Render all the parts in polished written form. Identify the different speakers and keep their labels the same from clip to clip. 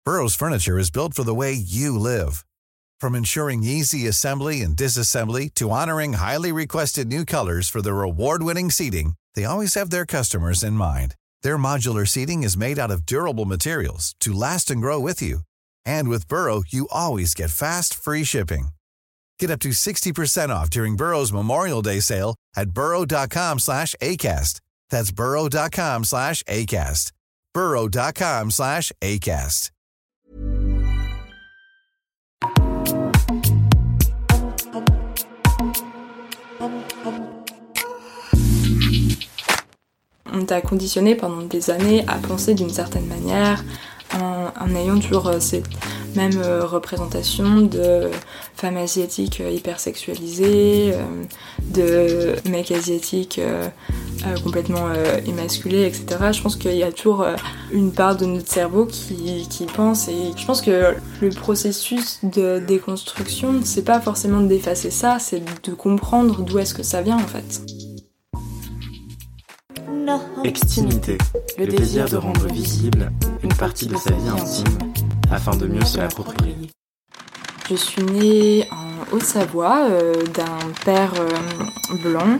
Speaker 1: Burrow's furniture is built for the way you live. From ensuring easy assembly and disassembly to honoring highly requested new colors for their award-winning seating, they always have their customers in mind. Their modular seating is made out of durable materials to last and grow with you. And with Burrow, you always get fast, free shipping. Get up to 60% off during Burrow's Memorial Day sale at burrow.com/ACAST. That's burrow.com/ACAST. burrow.com/ACAST.
Speaker 2: On t'a conditionné pendant des années à penser d'une certaine manière, en ayant toujours cette même représentation de femmes asiatiques hypersexualisées, de mecs asiatiques complètement émasculés, etc. Je pense qu'il y a toujours une part de notre cerveau qui pense, et je pense que le processus de déconstruction, c'est pas forcément d'effacer ça, c'est de comprendre d'où est-ce que ça vient en fait.
Speaker 3: Extimité, le désir de rendre visible une partie de sa vie intime afin de mieux se l'approprier.
Speaker 2: Je suis née en Haute-Savoie d'un père blanc,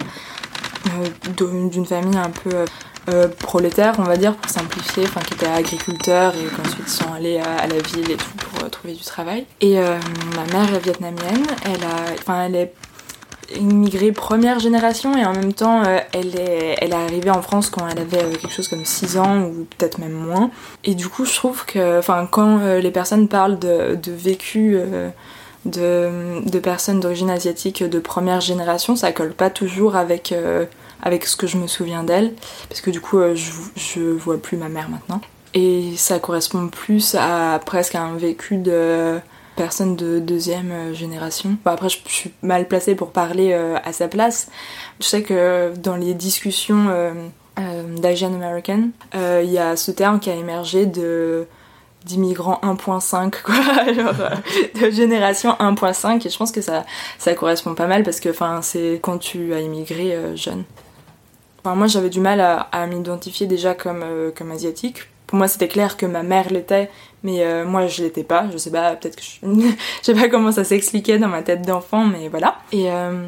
Speaker 2: d'une famille un peu prolétaire, on va dire, pour simplifier, qui était agriculteur et qu'ensuite ils sont allés à la ville et tout pour trouver du travail. Et ma mère est vietnamienne, elle est immigrée première génération et en même temps elle est arrivée en France quand elle avait quelque chose comme 6 ans ou peut-être même moins. Et du coup je trouve que quand les personnes parlent de vécu de personnes d'origine asiatique de première génération, ça colle pas toujours avec ce que je me souviens d'elle, parce que du coup je vois plus ma mère maintenant. Et ça correspond plus à presque à un vécu de personne de deuxième génération. Après, je suis mal placée pour parler à sa place. Je sais que dans les discussions d'Asian American, il y a ce terme qui a émergé d'immigrants 1.5, quoi, de génération 1.5, et je pense que ça correspond pas mal parce que c'est quand tu as immigré jeune. Moi, j'avais du mal à m'identifier déjà comme asiatique. Pour moi, c'était clair que ma mère l'était, mais moi, je l'étais pas. Je sais pas, peut-être que je sais pas comment ça s'expliquait dans ma tête d'enfant, mais voilà. Et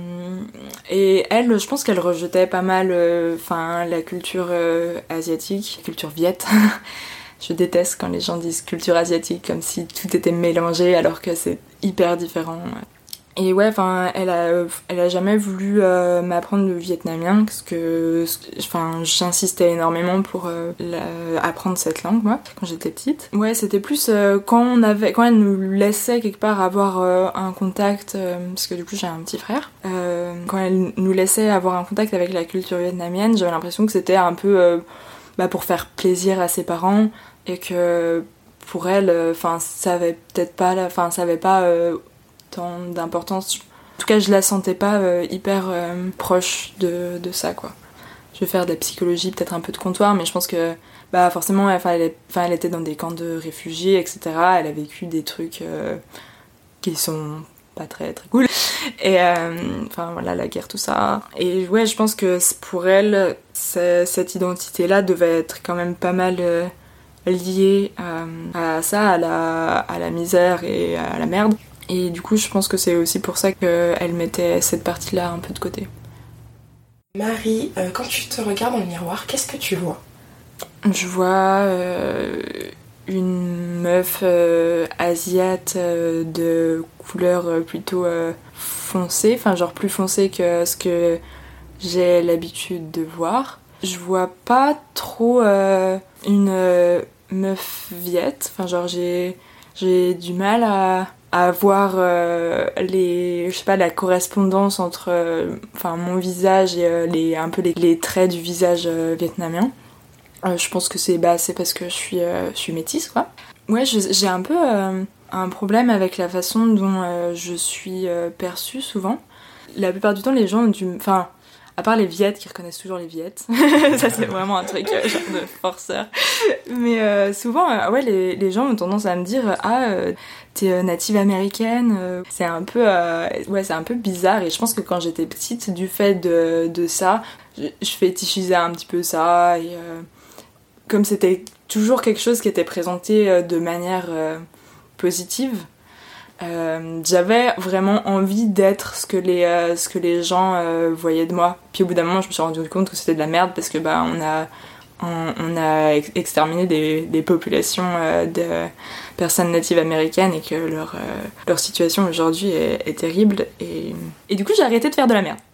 Speaker 2: elle, je pense qu'elle rejetait pas mal la culture asiatique, culture viette. Je déteste quand les gens disent culture asiatique, comme si tout était mélangé, alors que c'est hyper différent. Et ouais, elle a jamais voulu m'apprendre le vietnamien, parce que j'insistais énormément pour apprendre cette langue, moi, quand j'étais petite. Ouais, c'était plus quand elle nous laissait quelque part avoir un contact, parce que du coup j'ai un petit frère, quand elle nous laissait avoir un contact avec la culture vietnamienne, j'avais l'impression que c'était un peu pour faire plaisir à ses parents, et que pour elle, ça avait peut-être pas ça avait pas tant d'importance. En tout cas, je la sentais pas hyper proche de ça, quoi. Je vais faire de la psychologie, peut-être un peu de comptoir, mais je pense que forcément, elle était dans des camps de réfugiés, etc. Elle a vécu des trucs qui sont pas très très cool. Et voilà, la guerre, tout ça. Et ouais, je pense que pour elle, cette identité-là devait être quand même pas mal liée à ça, à la misère et à la merde. Et du coup, je pense que c'est aussi pour ça qu'elle mettait cette partie-là un peu de côté.
Speaker 4: Marie, quand tu te regardes dans le miroir, qu'est-ce que tu vois ?
Speaker 2: Je vois une meuf asiate de couleur plutôt foncée, genre plus foncée que ce que j'ai l'habitude de voir. Je vois pas trop une meuf viette, j'ai du mal à voir la correspondance entre mon visage et les traits du visage vietnamien. Je pense que c'est parce que je suis métisse, quoi. Ouais, j'ai un peu un problème avec la façon dont je suis perçue souvent. La plupart du temps, les gens ont à part les Viettes qui reconnaissent toujours les Viettes. Ça, c'est vraiment un truc genre de forceur. Mais souvent, les gens ont tendance à me dire « Ah, t'es native américaine ». C'est un peu bizarre. Et je pense que quand j'étais petite, du fait de ça, je fétichisais un petit peu ça. Et comme c'était toujours quelque chose qui était présenté de manière positive. J'avais vraiment envie d'être ce que les gens voyaient de moi. Puis au bout d'un moment, je me suis rendu compte que c'était de la merde parce que on a exterminé des populations de personnes natives américaines et que leur situation aujourd'hui est terrible. Et du coup, j'ai arrêté de faire de la merde.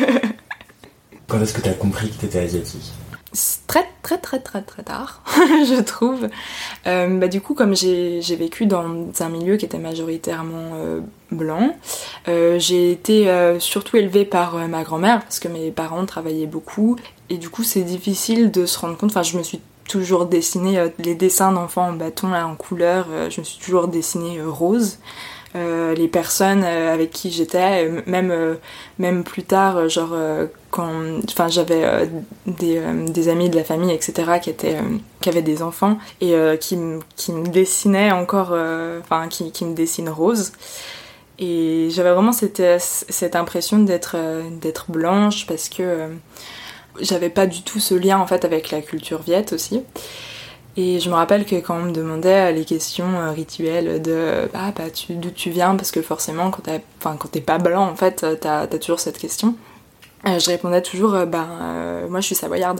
Speaker 3: Quand est-ce que t'as compris que t'étais asiatique ?
Speaker 2: C'est très tard, je trouve. Du coup, comme j'ai vécu dans un milieu qui était majoritairement blanc, j'ai été surtout élevée par ma grand-mère parce que mes parents travaillaient beaucoup et du coup c'est difficile de se rendre compte. Enfin, je me suis toujours dessiné les dessins d'enfants en bâton là, en couleur. Je me suis toujours dessinée rose. Les personnes avec qui j'étais, même plus tard, quand j'avais des amis de la famille, etc., qui avaient des enfants et qui me dessinaient encore, qui me dessinent rose. Et j'avais vraiment cette impression d'être blanche parce que j'avais pas du tout ce lien en fait avec la culture viet aussi. Et je me rappelle que quand on me demandait les questions rituelles de d'où tu viens, parce que forcément quand t'es pas blanc en fait t'as toujours cette question, je répondais toujours moi je suis savoyarde.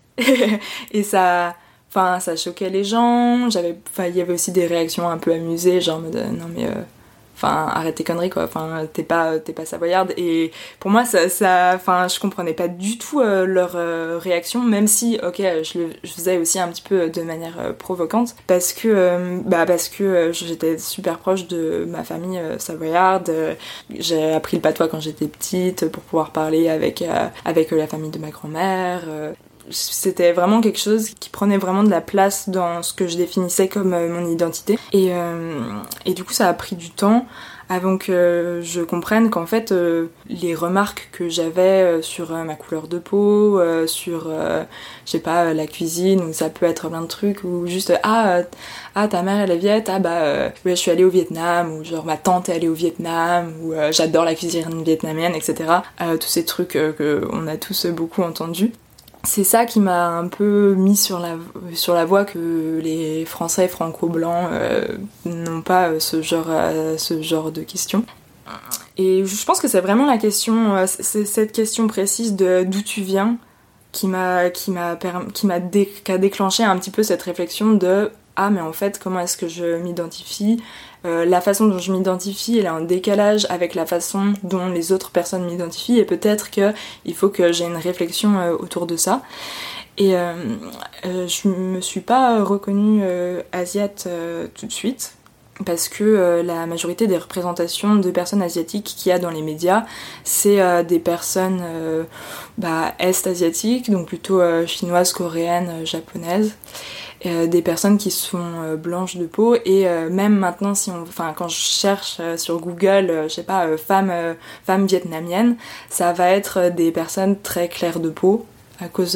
Speaker 2: Et ça choquait les gens. Il y avait aussi des réactions un peu amusées, genre non mais arrête tes conneries quoi, t'es pas savoyarde. Et pour moi je comprenais pas du tout leur réaction, même si je faisais aussi un petit peu de manière provocante parce que j'étais super proche de ma famille savoyarde. J'ai appris le patois quand j'étais petite pour pouvoir parler avec la famille de ma grand-mère. C'était vraiment quelque chose qui prenait vraiment de la place dans ce que je définissais comme mon identité. Et du coup, ça a pris du temps avant que je comprenne qu'en fait, les remarques que j'avais sur ma couleur de peau, sur, la cuisine, ou ça peut être plein de trucs, ou juste ta mère elle est viette, je suis allée au Vietnam, ou genre ma tante est allée au Vietnam, ou j'adore la cuisine vietnamienne, etc. Tous ces trucs qu'on a tous beaucoup entendus. C'est ça qui m'a un peu mis sur la voie que les Français franco-blancs n'ont pas ce genre de questions. Et je pense que c'est vraiment c'est cette question précise de d'où tu viens qui a déclenché un petit peu cette réflexion de mais en fait comment est-ce que je m'identifie, la façon dont je m'identifie elle est en décalage avec la façon dont les autres personnes m'identifient et peut-être qu'il faut que j'ai une réflexion autour de ça. Et je me suis pas reconnue asiate tout de suite parce que la majorité des représentations de personnes asiatiques qu'il y a dans les médias, c'est des personnes est-asiatiques, donc plutôt chinoises, coréennes, japonaises. Des personnes qui sont blanches de peau et même maintenant quand je cherche sur Google femme vietnamienne, ça va être des personnes très claires de peau à cause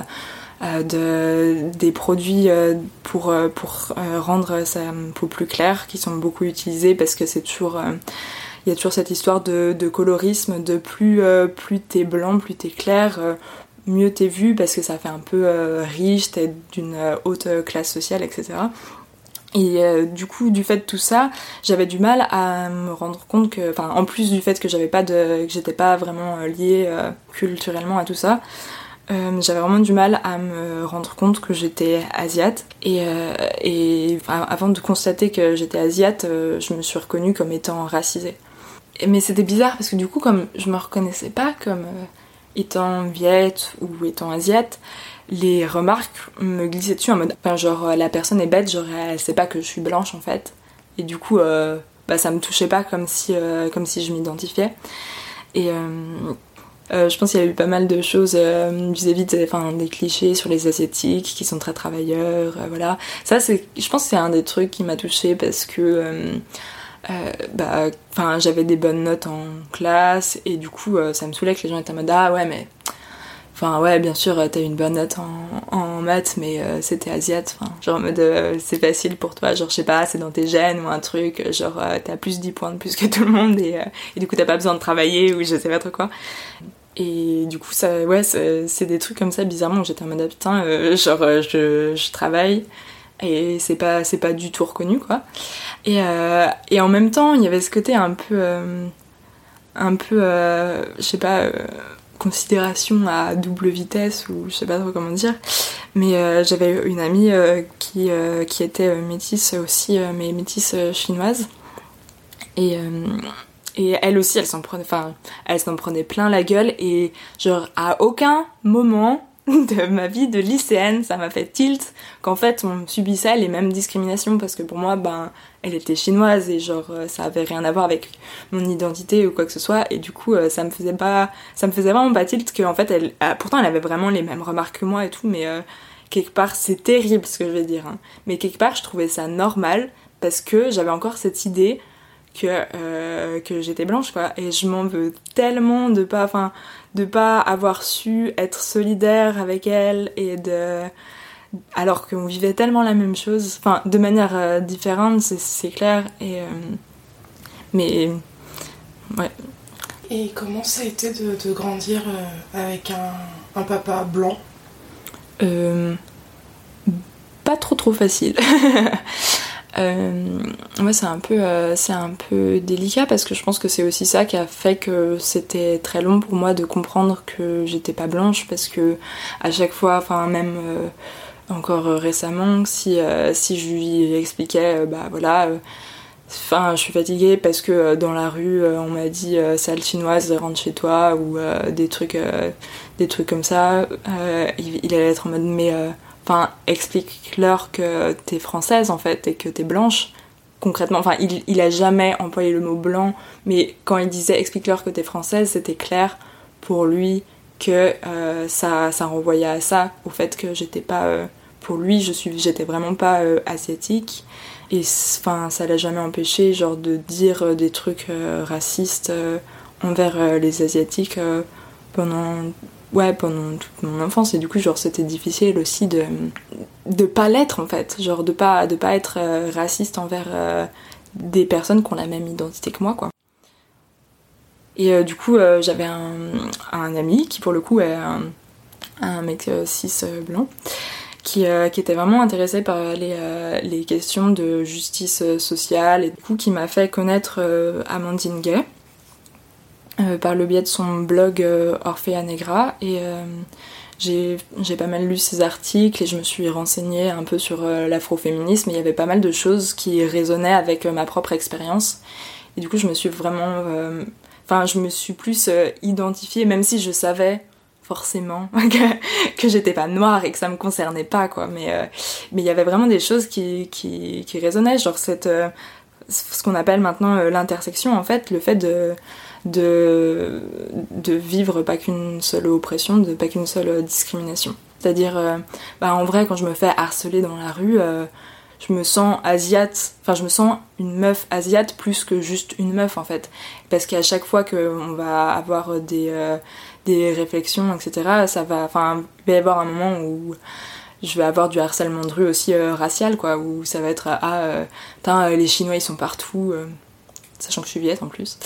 Speaker 2: des produits pour rendre sa peau plus claire qui sont beaucoup utilisés parce que c'est toujours il y a toujours cette histoire de colorisme de plus t'es blanc, plus t'es clair, mieux t'es vu parce que ça fait un peu riche, t'es d'une haute classe sociale, etc. Et du coup, du fait de tout ça, j'avais du mal à me rendre compte que, en plus du fait que j'étais pas vraiment liée culturellement à tout ça, j'avais vraiment du mal à me rendre compte que j'étais asiate. Et avant de constater que j'étais asiate, je me suis reconnue comme étant racisée. Mais c'était bizarre parce que du coup, comme je me reconnaissais pas comme étant viette ou étant asiate, les remarques me glissaient dessus en mode la personne est bête, elle sait pas que je suis blanche en fait, et du coup ça me touchait pas comme si je m'identifiais. Et je pense qu'il y a eu pas mal de choses vis-à-vis des clichés sur les asiatiques qui sont très travailleurs, voilà. Ça je pense que c'est un des trucs qui m'a touchée parce que j'avais des bonnes notes en classe et du coup ça me saoulait que les gens étaient en mode bien sûr t'as eu une bonne note en maths mais c'était asiate, en mode c'est facile pour toi, je sais pas, c'est dans tes gènes ou un truc, t'as plus 10 points de plus que tout le monde et du coup t'as pas besoin de travailler ou je sais pas trop quoi. Et du coup, c'est des trucs comme ça, bizarrement, j'étais en mode putain, je travaille et c'est pas du tout reconnu, quoi. Et en même temps, il y avait ce côté un peu je sais pas, considération à double vitesse, ou je sais pas trop comment dire, mais j'avais une amie qui était métisse aussi, mais métisse chinoise, et elle aussi, elle s'en prenait plein la gueule, et genre à aucun moment de ma vie de lycéenne ça m'a fait tilt qu'en fait on subissait les mêmes discriminations, parce que pour moi elle était chinoise et genre ça avait rien à voir avec mon identité ou quoi que ce soit, et du coup ça me faisait vraiment pas tilt qu'en fait pourtant elle avait vraiment les mêmes remarques que moi et tout, mais quelque part c'est terrible ce que je vais dire, hein, mais quelque part je trouvais ça normal parce que j'avais encore cette idée que j'étais blanche, quoi, et je m'en veux tellement de pas avoir su être solidaire avec elle, alors qu'on vivait tellement la même chose, de manière différente, c'est clair, mais ouais.
Speaker 4: Et comment ça a été de grandir avec un papa blanc?
Speaker 2: Pas trop facile. Ouais, c'est un peu délicat, parce que je pense que c'est aussi ça qui a fait que c'était très long pour moi de comprendre que j'étais pas blanche, parce que à chaque fois, même encore récemment, si je lui expliquais je suis fatiguée parce que dans la rue on m'a dit sale chinoise, rentre chez toi, ou des trucs comme ça, il allait être en mode explique-leur que t'es française en fait et que t'es blanche. Concrètement, il a jamais employé le mot blanc, mais quand il disait explique-leur que t'es française, c'était clair pour lui que ça renvoyait à ça, au fait que j'étais pas pour lui, j'étais vraiment pas asiatique, et ça l'a jamais empêché genre de dire des trucs racistes envers les asiatiques pendant toute mon enfance, et du coup genre c'était difficile aussi de pas l'être en fait, genre de pas être raciste envers des personnes qui ont la même identité que moi, quoi. Et du coup j'avais un ami qui pour le coup est un mec cis blanc qui était vraiment intéressé par les questions de justice sociale, et du coup qui m'a fait connaître Amandine Gay par le biais de son blog Orphea Negra, et j'ai pas mal lu ses articles et je me suis renseignée un peu sur l'afroféminisme, et il y avait pas mal de choses qui résonnaient avec ma propre expérience, et du coup je me suis vraiment je me suis plus identifiée, même si je savais forcément que j'étais pas noire et que ça me concernait pas, quoi, mais il y avait vraiment des choses qui résonnaient, genre ce qu'on appelle maintenant l'intersection, en fait, le fait de vivre pas qu'une seule oppression, pas qu'une seule discrimination. C'est-à-dire, en vrai, quand je me fais harceler dans la rue, je me sens je me sens une meuf asiate plus que juste une meuf, en fait. Parce qu'à chaque fois qu'on va avoir des réflexions, etc., il va y avoir un moment où je vais avoir du harcèlement de rue aussi racial, quoi, où ça va être les Chinois ils sont partout, sachant que je suis vieille en plus.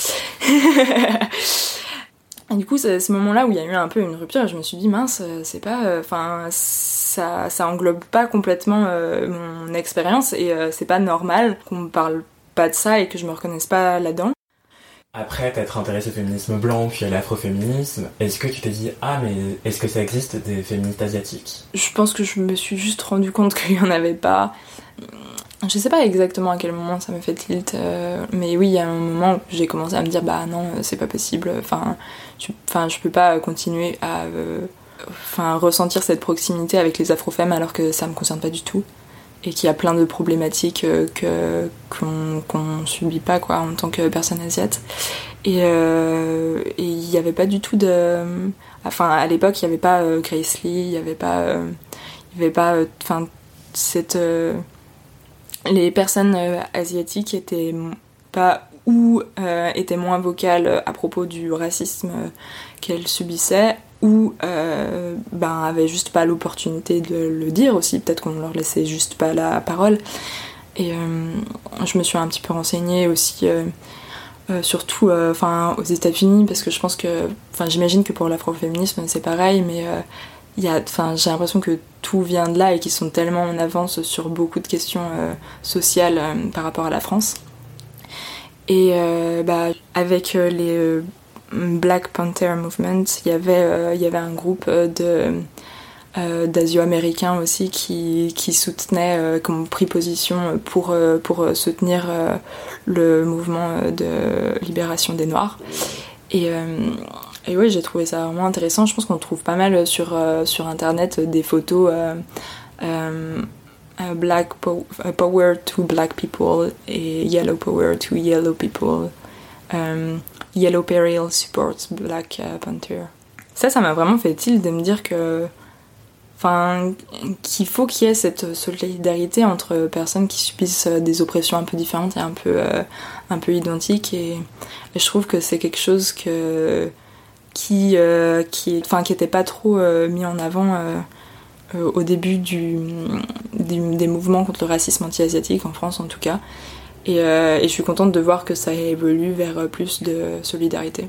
Speaker 2: Et du coup c'est ce moment là où il y a eu un peu une rupture, et je me suis dit mince, c'est pas ça englobe pas complètement mon expérience, et c'est pas normal qu'on me parle pas de ça et que je me reconnaisse pas là-dedans.
Speaker 3: Après t'être intéressée au féminisme blanc puis à l'afroféminisme, est-ce que tu t'es dit mais est-ce que ça existe des féministes asiatiques?
Speaker 2: Je pense que je me suis juste rendu compte qu'il y en avait pas. Je sais pas exactement à quel moment ça me fait tilt, mais oui, il y a un moment où j'ai commencé à me dire non, c'est pas possible, je peux pas continuer à ressentir cette proximité avec les afrofemmes alors que ça me concerne pas du tout, et qu'il y a plein de problématiques qu'on subit pas, quoi, en tant que personne asiate, et il y avait pas du tout à l'époque il y avait pas Grace Lee, il y avait pas cette les personnes asiatiques étaient pas étaient moins vocales à propos du racisme qu'elles subissaient, ou avaient juste pas l'opportunité de le dire aussi, peut-être qu'on leur laissait juste pas la parole. Et je me suis un petit peu renseignée aussi surtout aux États-Unis, parce que je pense que, j'imagine que pour l'afroféminisme c'est pareil, mais j'ai l'impression que tout vient de là et qu'ils sont tellement en avance sur beaucoup de questions sociales par rapport à la France. Et avec les Black Panther Movement, il y avait un groupe d'Asio-américains aussi qui soutenaient, qui ont pris position pour soutenir le mouvement de libération des Noirs. Et oui, j'ai trouvé ça vraiment intéressant. Je pense qu'on trouve pas mal sur internet des photos Black Power to Black People et Yellow Power to Yellow People. Yellow Peril supports Black Panther. Ça m'a vraiment fait tilt de me dire qu'il faut qu'il y ait cette solidarité entre personnes qui subissent des oppressions un peu différentes et un peu identiques, et je trouve que c'est quelque chose qui était pas trop mis en avant au début des mouvements contre le racisme anti-asiatique en France en tout cas, et je suis contente de voir que ça évolue vers plus de solidarité.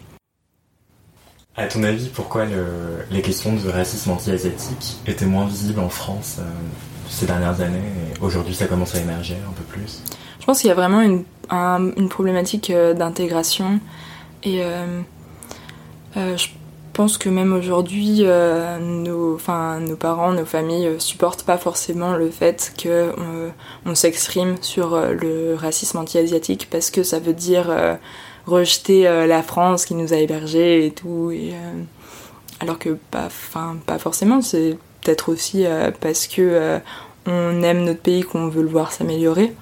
Speaker 3: À ton avis, pourquoi les questions de racisme anti-asiatique étaient moins visibles en France ces dernières années, et aujourd'hui ça commence à émerger un peu plus?
Speaker 2: Je pense qu'il y a vraiment une problématique d'intégration, et je pense que même aujourd'hui nos parents, nos familles supportent pas forcément le fait qu'on s'exprime sur le racisme anti-asiatique, parce que ça veut dire rejeter la France qui nous a hébergés et tout, alors que pas forcément. C'est peut-être aussi parce que on aime notre pays qu'on veut le voir s'améliorer.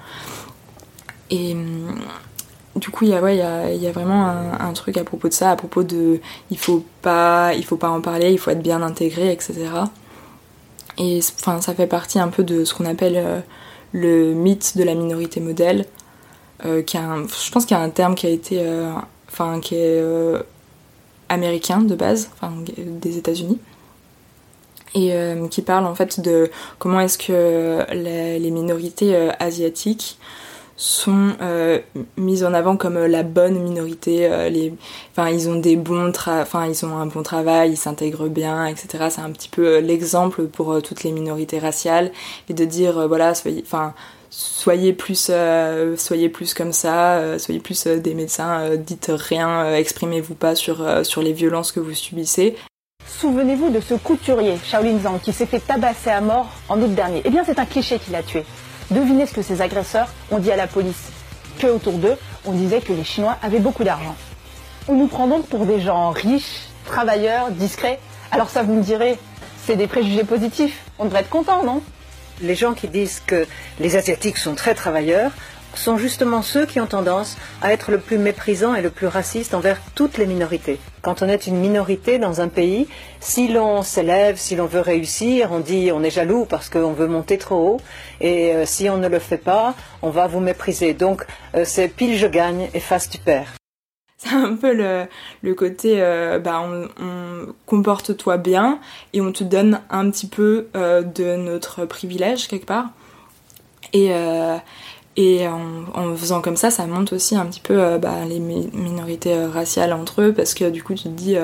Speaker 2: Et du coup il y a vraiment un truc à propos de ça, à propos de il faut pas en parler, il faut être bien intégré, etc. Et ça fait partie un peu de ce qu'on appelle le mythe de la minorité modèle, je pense qu'il y a un terme qui a été qui est américain de base, des États-Unis, et qui parle en fait de comment est-ce que les minorités asiatiques sont mises en avant comme la bonne minorité. Ils ont ils ont un bon travail, ils s'intègrent bien, etc. C'est un petit peu l'exemple pour toutes les minorités raciales, et de dire soyez plus comme ça, soyez plus des médecins, dites rien, exprimez-vous pas sur les violences que vous subissez.
Speaker 5: Souvenez-vous de ce couturier, Shaolin Zhang, qui s'est fait tabasser à mort en août dernier. Eh bien, c'est un cliché qui l'a tué. Devinez ce que ces agresseurs ont dit à la police. Que autour d'eux, on disait que les Chinois avaient beaucoup d'argent. On nous prend donc pour des gens riches, travailleurs, discrets. Alors ça, vous me direz, c'est des préjugés positifs. On devrait être content, non ?
Speaker 6: Les gens qui disent que les Asiatiques sont très travailleurs sont justement ceux qui ont tendance à être le plus méprisants et le plus racistes envers toutes les minorités. Quand on est une minorité dans un pays, si l'on s'élève, si l'on veut réussir, on dit on est jaloux parce qu'on veut monter trop haut, et si on ne le fait pas, on va vous mépriser. Donc c'est pile je gagne et face tu perds.
Speaker 2: C'est un peu le côté on comporte-toi bien et on te donne un petit peu de notre privilège quelque part, et en faisant comme ça monte aussi un petit peu les minorités raciales entre eux, parce que du coup tu te dis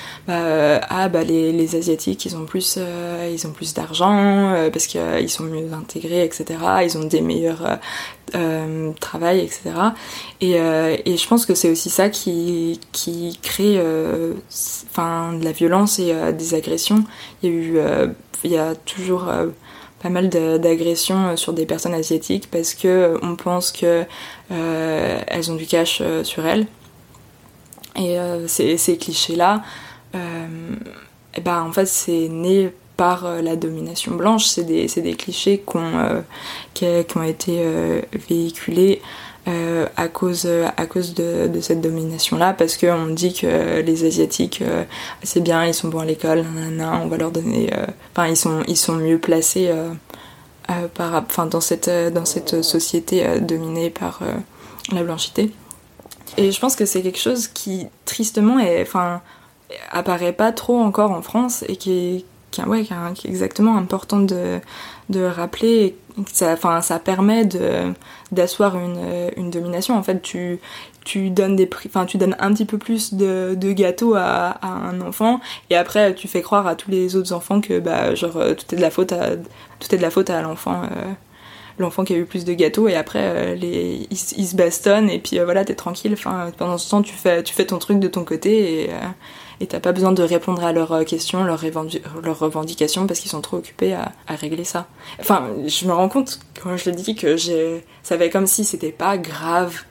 Speaker 2: les Asiatiques ils ont plus d'argent, parce qu'ils sont mieux intégrés, etc. Ils ont des meilleurs travail, etc. Et je pense que c'est aussi ça qui crée de la violence et des agressions. Il y a toujours pas mal d'agressions sur des personnes asiatiques, parce que on pense que elles ont du cash sur elles, et ces clichés là en fait c'est né par la domination blanche. C'est des clichés qui ont été véhiculés à cause de cette domination-là, parce qu'on dit que les Asiatiques, c'est bien, ils sont bons à l'école, on va leur donner... ils sont mieux placés dans cette société dominée par la blanchité. Et je pense que c'est quelque chose qui, tristement, apparaît pas trop encore en France, et qui est exactement important de rappeler, ça permet d'asseoir une domination. En fait, tu donnes tu donnes un petit peu plus de gâteau à un enfant, et après tu fais croire à tous les autres enfants que tout est de la faute à l'enfant qui a eu plus de gâteaux, et après ils se bastonnent, et puis voilà, t'es tranquille. Pendant ce temps tu fais ton truc de ton côté, et t'as pas besoin de répondre à leurs questions, leurs revendications, parce qu'ils sont trop occupés à régler ça. Je me rends compte quand je le dis que ça fait comme si c'était pas grave.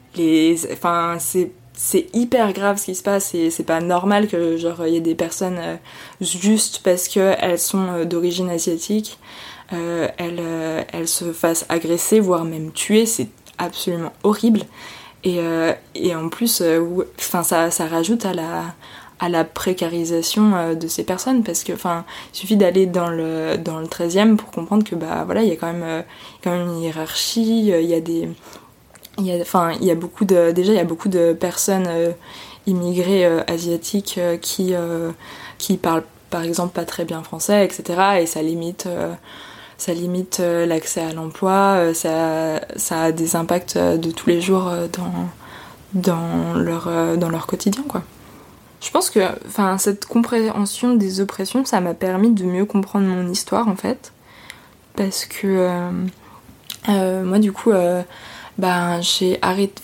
Speaker 2: C'est hyper grave ce qui se passe, et c'est pas normal que il y ait des personnes juste parce que elles sont d'origine asiatique, elles se fassent agresser, voire même tuer. C'est absolument horrible, et en plus ça rajoute à la précarisation de ces personnes, parce que il suffit d'aller dans le 13e pour comprendre que il y a quand même une hiérarchie. Il y a beaucoup de personnes immigrées asiatiques qui parlent par exemple pas très bien français, etc., et ça limite l'accès à l'emploi. Ça a des impacts de tous les jours dans leur quotidien, quoi. Je pense que cette compréhension des oppressions, ça m'a permis de mieux comprendre mon histoire, en fait, parce que moi du coup j'ai arrêté,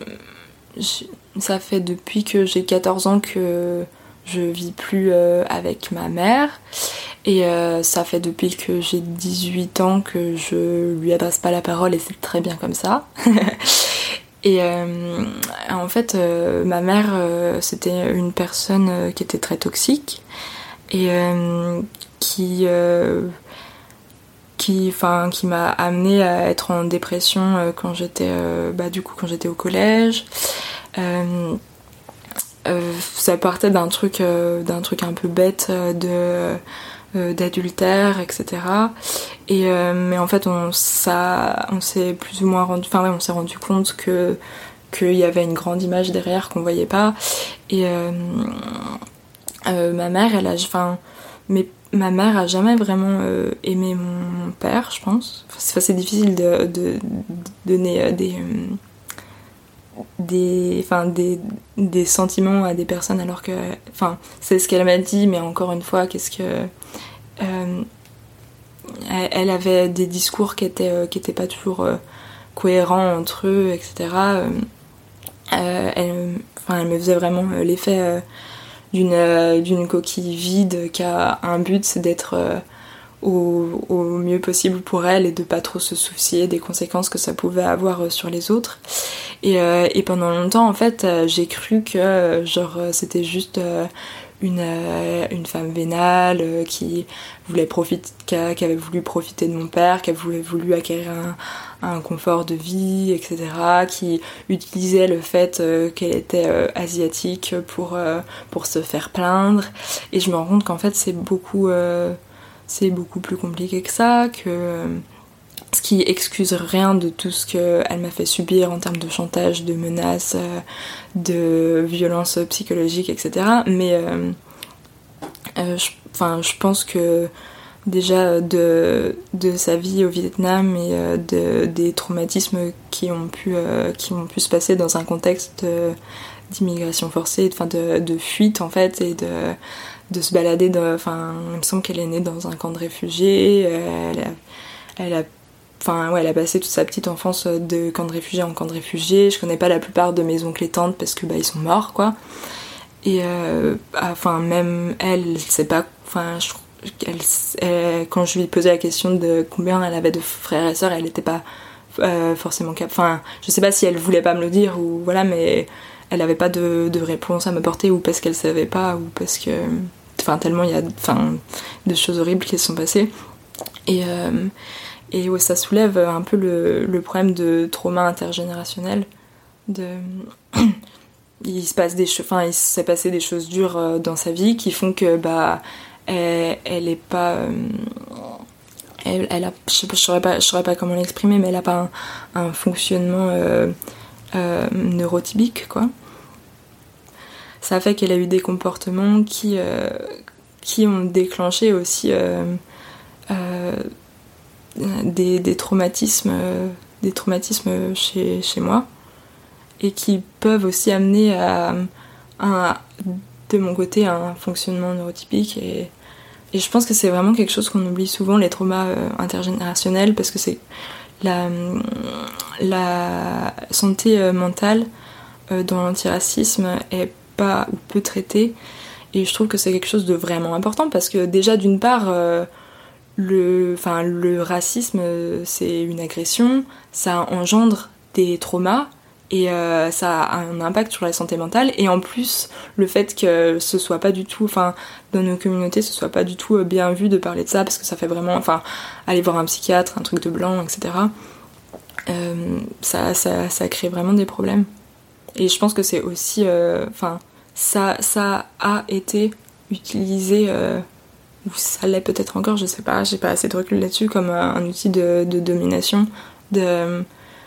Speaker 2: ça fait depuis que j'ai 14 ans que je vis plus avec ma mère, et ça fait depuis que j'ai 18 ans que je lui adresse pas la parole, et c'est très bien comme ça. Et en fait ma mère c'était une personne qui était très toxique, et qui m'a amenée à être en dépression quand j'étais au collège. Ça partait d'un truc un peu bête d'adultère, etc. Mais en fait on s'est plus ou moins on s'est rendu compte qu'il y avait une grande image derrière qu'on voyait pas. Et ma mère a jamais vraiment aimé mon père, je pense. C'est difficile de donner des sentiments à des personnes, alors que c'est ce qu'elle m'a dit, mais encore une fois, elle avait des discours qui étaient pas toujours cohérents entre eux, etc. Elle me faisait vraiment l'effet d'une coquille vide qui a un but, c'est d'être au mieux possible pour elle, et de pas trop se soucier des conséquences que ça pouvait avoir sur les autres. Et pendant longtemps, en fait, j'ai cru que c'était juste une femme vénale qui avait voulu profiter de mon père, qui avait voulu acquérir un confort de vie, etc., qui utilisait le fait qu'elle était asiatique pour se faire plaindre. Et je me rends compte qu'en fait c'est beaucoup plus compliqué que ça, ce qui excuse rien de tout ce qu'elle m'a fait subir en termes de chantage, de menaces, de violences psychologiques, etc. Mais je pense que déjà de sa vie au Vietnam, et des traumatismes qui ont pu se passer dans un contexte d'immigration forcée, de fuite en fait, et de se balader il me semble qu'elle est née dans un camp de réfugiés. Elle a passé toute sa petite enfance de camp de réfugiés en camp de réfugiés. Je connais pas la plupart de mes oncles et tantes parce que ils sont morts, quoi. Et même elle sait pas, quand je lui posais la question de combien elle avait de frères et sœurs, elle était pas forcément capable. Je sais pas si elle voulait pas me le dire, ou voilà, mais elle avait pas de réponse à m'apporter, ou parce qu'elle savait pas, ou parce que tellement il y a de choses horribles qui se sont passées. Et ouais, ça soulève un peu le problème de trauma intergénérationnel. Il s'est passé des choses dures dans sa vie qui font que elle est pas je saurais pas comment l'exprimer, mais elle a pas un fonctionnement neurotypique, quoi. Ça fait qu'elle a eu des comportements qui ont déclenché aussi des traumatismes chez moi et qui peuvent aussi amener de mon côté à un fonctionnement neurotypique et je pense que c'est vraiment quelque chose qu'on oublie souvent, les traumas intergénérationnels, parce que c'est la santé mentale dans l'antiracisme est pas ou peu traitée et je trouve que c'est quelque chose de vraiment important parce que déjà d'une part le racisme c'est une agression, ça engendre des traumas et ça a un impact sur la santé mentale et en plus le fait que ce soit pas du tout, dans nos communautés ce soit pas du tout bien vu de parler de ça parce que ça fait vraiment, aller voir un psychiatre, un truc de blanc, etc. Ça crée vraiment des problèmes et je pense que c'est aussi ça a été utilisé ou ça l'est peut-être encore, je sais pas, j'ai pas assez de recul là-dessus, comme un outil de domination, de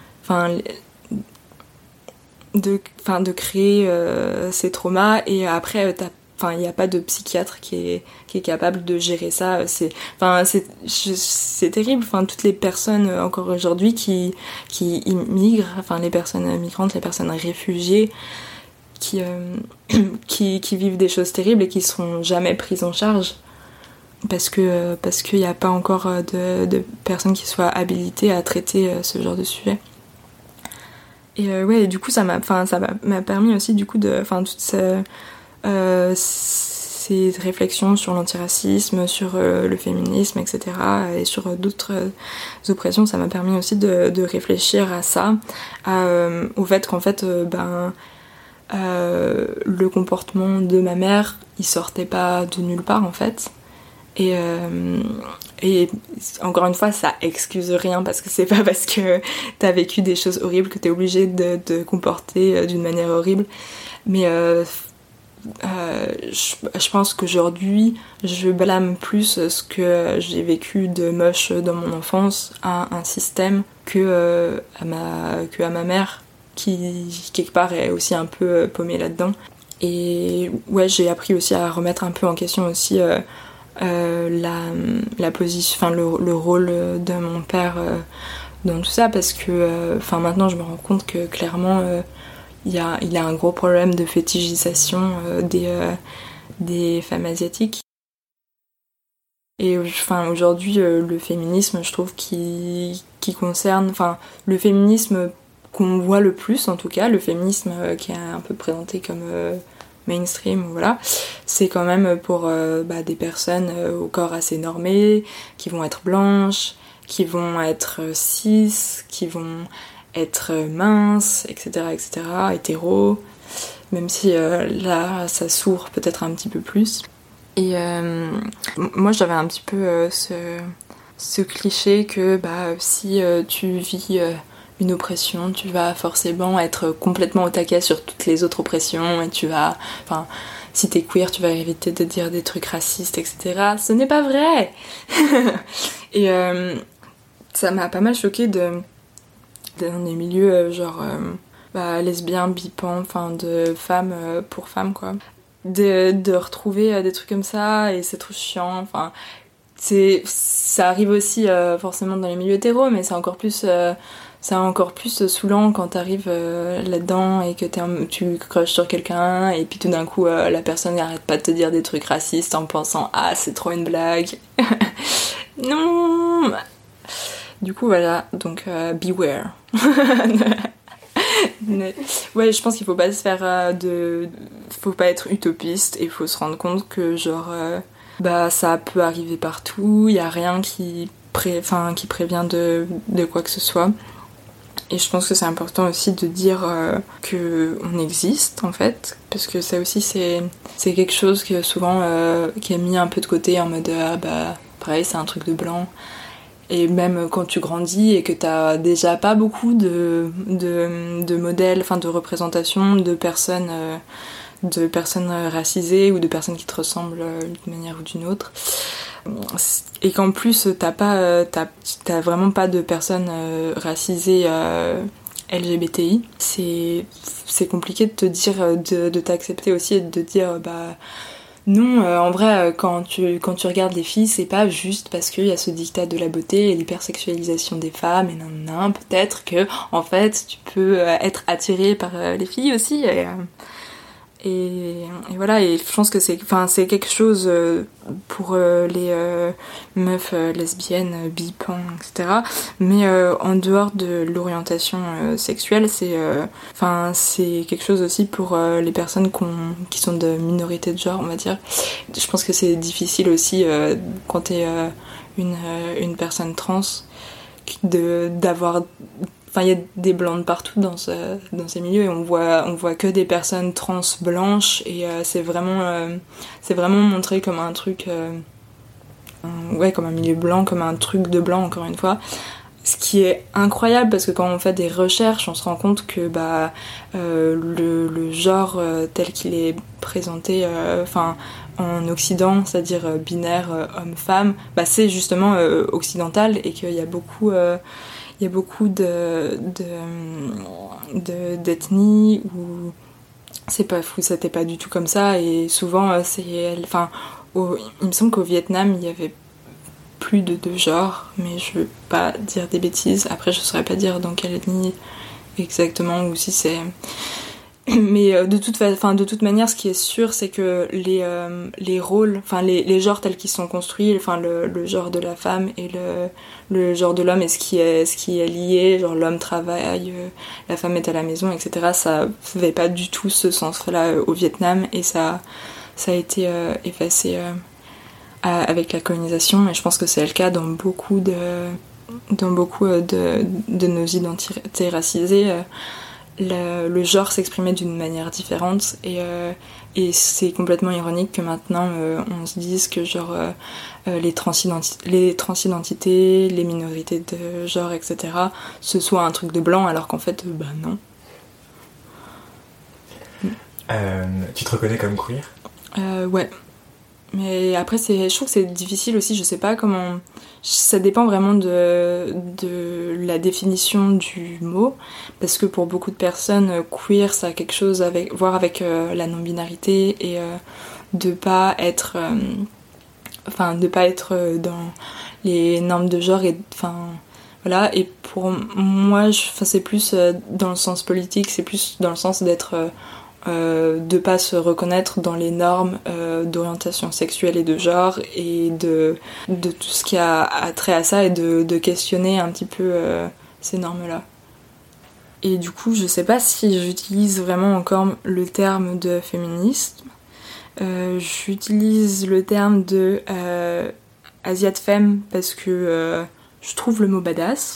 Speaker 2: créer ces traumas et après il n'y a pas de psychiatre qui est capable de gérer ça. C'est terrible. Toutes les personnes encore aujourd'hui qui immigrent, les personnes migrantes, les personnes réfugiées, qui vivent des choses terribles et qui seront jamais prises en charge parce qu'il n'y a pas encore de personnes qui soient habilitées à traiter ce genre de sujet. Et du coup ça m'a permis aussi du coup de toutes ces réflexions sur l'antiracisme, sur le féminisme, etc. et sur d'autres oppressions, ça m'a permis aussi de réfléchir à ça, au fait qu'en fait le comportement de ma mère il sortait pas de nulle part en fait et encore une fois ça excuse rien parce que c'est pas parce que t'as vécu des choses horribles que t'es obligé de te comporter d'une manière horrible, mais je pense qu'aujourd'hui je blâme plus ce que j'ai vécu de moche dans mon enfance à un système que à ma mère qui quelque part est aussi un peu paumée là-dedans. Et ouais, j'ai appris aussi à remettre un peu en question aussi la position, le rôle de mon père dans tout ça parce que maintenant je me rends compte que clairement il a un gros problème de fétichisation des femmes asiatiques. Et aujourd'hui le féminisme, je trouve qui concerne le féminisme qu'on voit le plus, en tout cas le féminisme qui est un peu présenté comme mainstream, voilà, c'est quand même pour des personnes au corps assez normé, qui vont être blanches, qui vont être cis, qui vont être minces, etc., hétéros, même si là ça s'ouvre peut-être un petit peu plus. Et moi j'avais un petit peu ce cliché que si tu vis une oppression, tu vas forcément être complètement au taquet sur toutes les autres oppressions et tu vas, si t'es queer, tu vas éviter de dire des trucs racistes, etc. Ce n'est pas vrai. Et ça m'a pas mal choquée dans des milieux lesbiens, bipan, de femmes pour femmes, quoi. De retrouver des trucs comme ça et c'est trop chiant. Ça arrive aussi forcément dans les milieux hétéros, mais c'est encore plus saoulant quand t'arrives là-dedans et que tu crushes sur quelqu'un et puis tout d'un coup la personne n'arrête pas de te dire des trucs racistes en pensant « Ah, c'est trop une blague !» Non. Du coup, voilà, donc beware. Ouais, je pense qu'il faut pas se faire faut pas être utopiste et il faut se rendre compte que ça peut arriver partout, il y a rien qui prévient de quoi que ce soit. Et je pense que c'est important aussi de dire que on existe en fait, parce que ça aussi c'est quelque chose que souvent qui est mis un peu de côté en mode pareil c'est un truc de blanc. Et même quand tu grandis et que t'as déjà pas beaucoup de modèles, de représentations de personnes racisées ou de personnes qui te ressemblent d'une manière ou d'une autre, et qu'en plus t'as vraiment pas de personnes racisées LGBTI, c'est compliqué de te dire de t'accepter aussi et de te dire Non, en vrai, quand tu regardes les filles, c'est pas juste parce qu'il y a ce diktat de la beauté et l'hypersexualisation des femmes et nan, peut-être que, en fait, tu peux être attiré par les filles aussi. Et voilà, et je pense que c'est quelque chose pour les meufs lesbiennes, bi, pan, etc. Mais en dehors de l'orientation sexuelle, c'est quelque chose aussi pour les personnes qui sont de minorité de genre, on va dire. Je pense que c'est difficile aussi quand t'es une personne trans d'avoir. Enfin, il y a des blancs de partout dans ces milieux et on voit que des personnes trans blanches et c'est vraiment montré comme un truc, comme un milieu blanc, comme un truc de blanc encore une fois. Ce qui est incroyable parce que quand on fait des recherches, on se rend compte que le genre tel qu'il est présenté, en Occident, c'est-à-dire binaire homme-femme, c'est justement occidental et qu'il y a beaucoup d'ethnies où c'est pas fou, c'était pas du tout comme ça et souvent il me semble qu'au Vietnam il y avait plus de deux genres, mais je veux pas dire des bêtises, après je saurais pas dire dans quelle ethnie exactement ou si c'est. Mais de toute manière, ce qui est sûr, c'est que les rôles, les genres tels qu'ils sont construits, le genre de la femme et le genre de l'homme et ce qui est lié, genre l'homme travaille, la femme est à la maison, etc. Ça n'avait pas du tout ce sens-là au Vietnam et ça a été effacé avec la colonisation et je pense que c'est le cas dans beaucoup de nos identités racisées. Le genre s'exprimait d'une manière différente et c'est complètement ironique que maintenant on se dise que genre les transidentités, les minorités de genre, etc. ce soit un truc de blanc alors qu'en fait non.
Speaker 3: Tu te reconnais comme queer ?
Speaker 2: Ouais. Mais après, je trouve que c'est difficile aussi, je sais pas comment. Ça dépend vraiment de la définition du mot, parce que pour beaucoup de personnes, queer, ça a quelque chose à voir avec la non-binarité et de pas être dans les normes de genre et voilà. Et pour moi, c'est plus dans le sens politique, c'est plus dans le sens d'être de pas se reconnaître dans les normes d'orientation sexuelle et de genre et de tout ce qui a trait à ça et de questionner un petit peu ces normes-là. Et du coup, je sais pas si j'utilise vraiment encore le terme de féminisme. J'utilise le terme de Asiat Femme parce que je trouve le mot badass.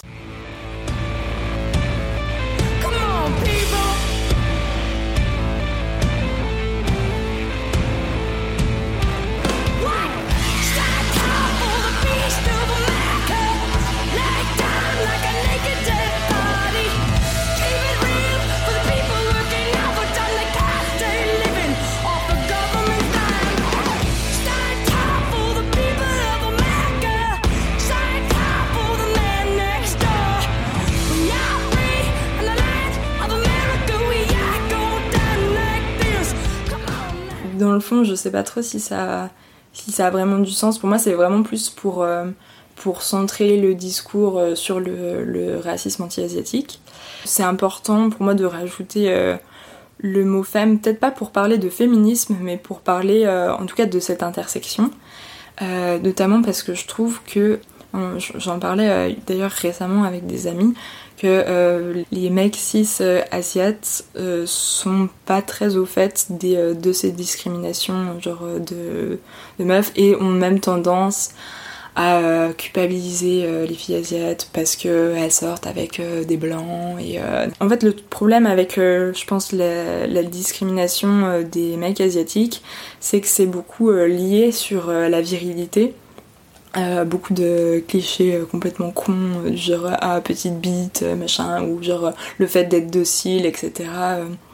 Speaker 2: Dans le fond, je sais pas trop si ça a vraiment du sens. Pour moi, c'est vraiment plus pour centrer le discours sur le racisme anti-asiatique. C'est important pour moi de rajouter le mot femme, peut-être pas pour parler de féminisme, mais pour parler en tout cas de cette intersection. Notamment parce que je trouve que, j'en parlais d'ailleurs récemment avec des amis, que les mecs cis asiates sont pas très au fait de ces discriminations genre de meufs et ont même tendance à culpabiliser les filles asiates parce qu'elles sortent avec des blancs et en fait le problème avec je pense la discrimination des mecs asiatiques, c'est que c'est beaucoup lié sur la virilité. Beaucoup de clichés complètement cons, genre petite bite, machin, ou genre le fait d'être docile, etc.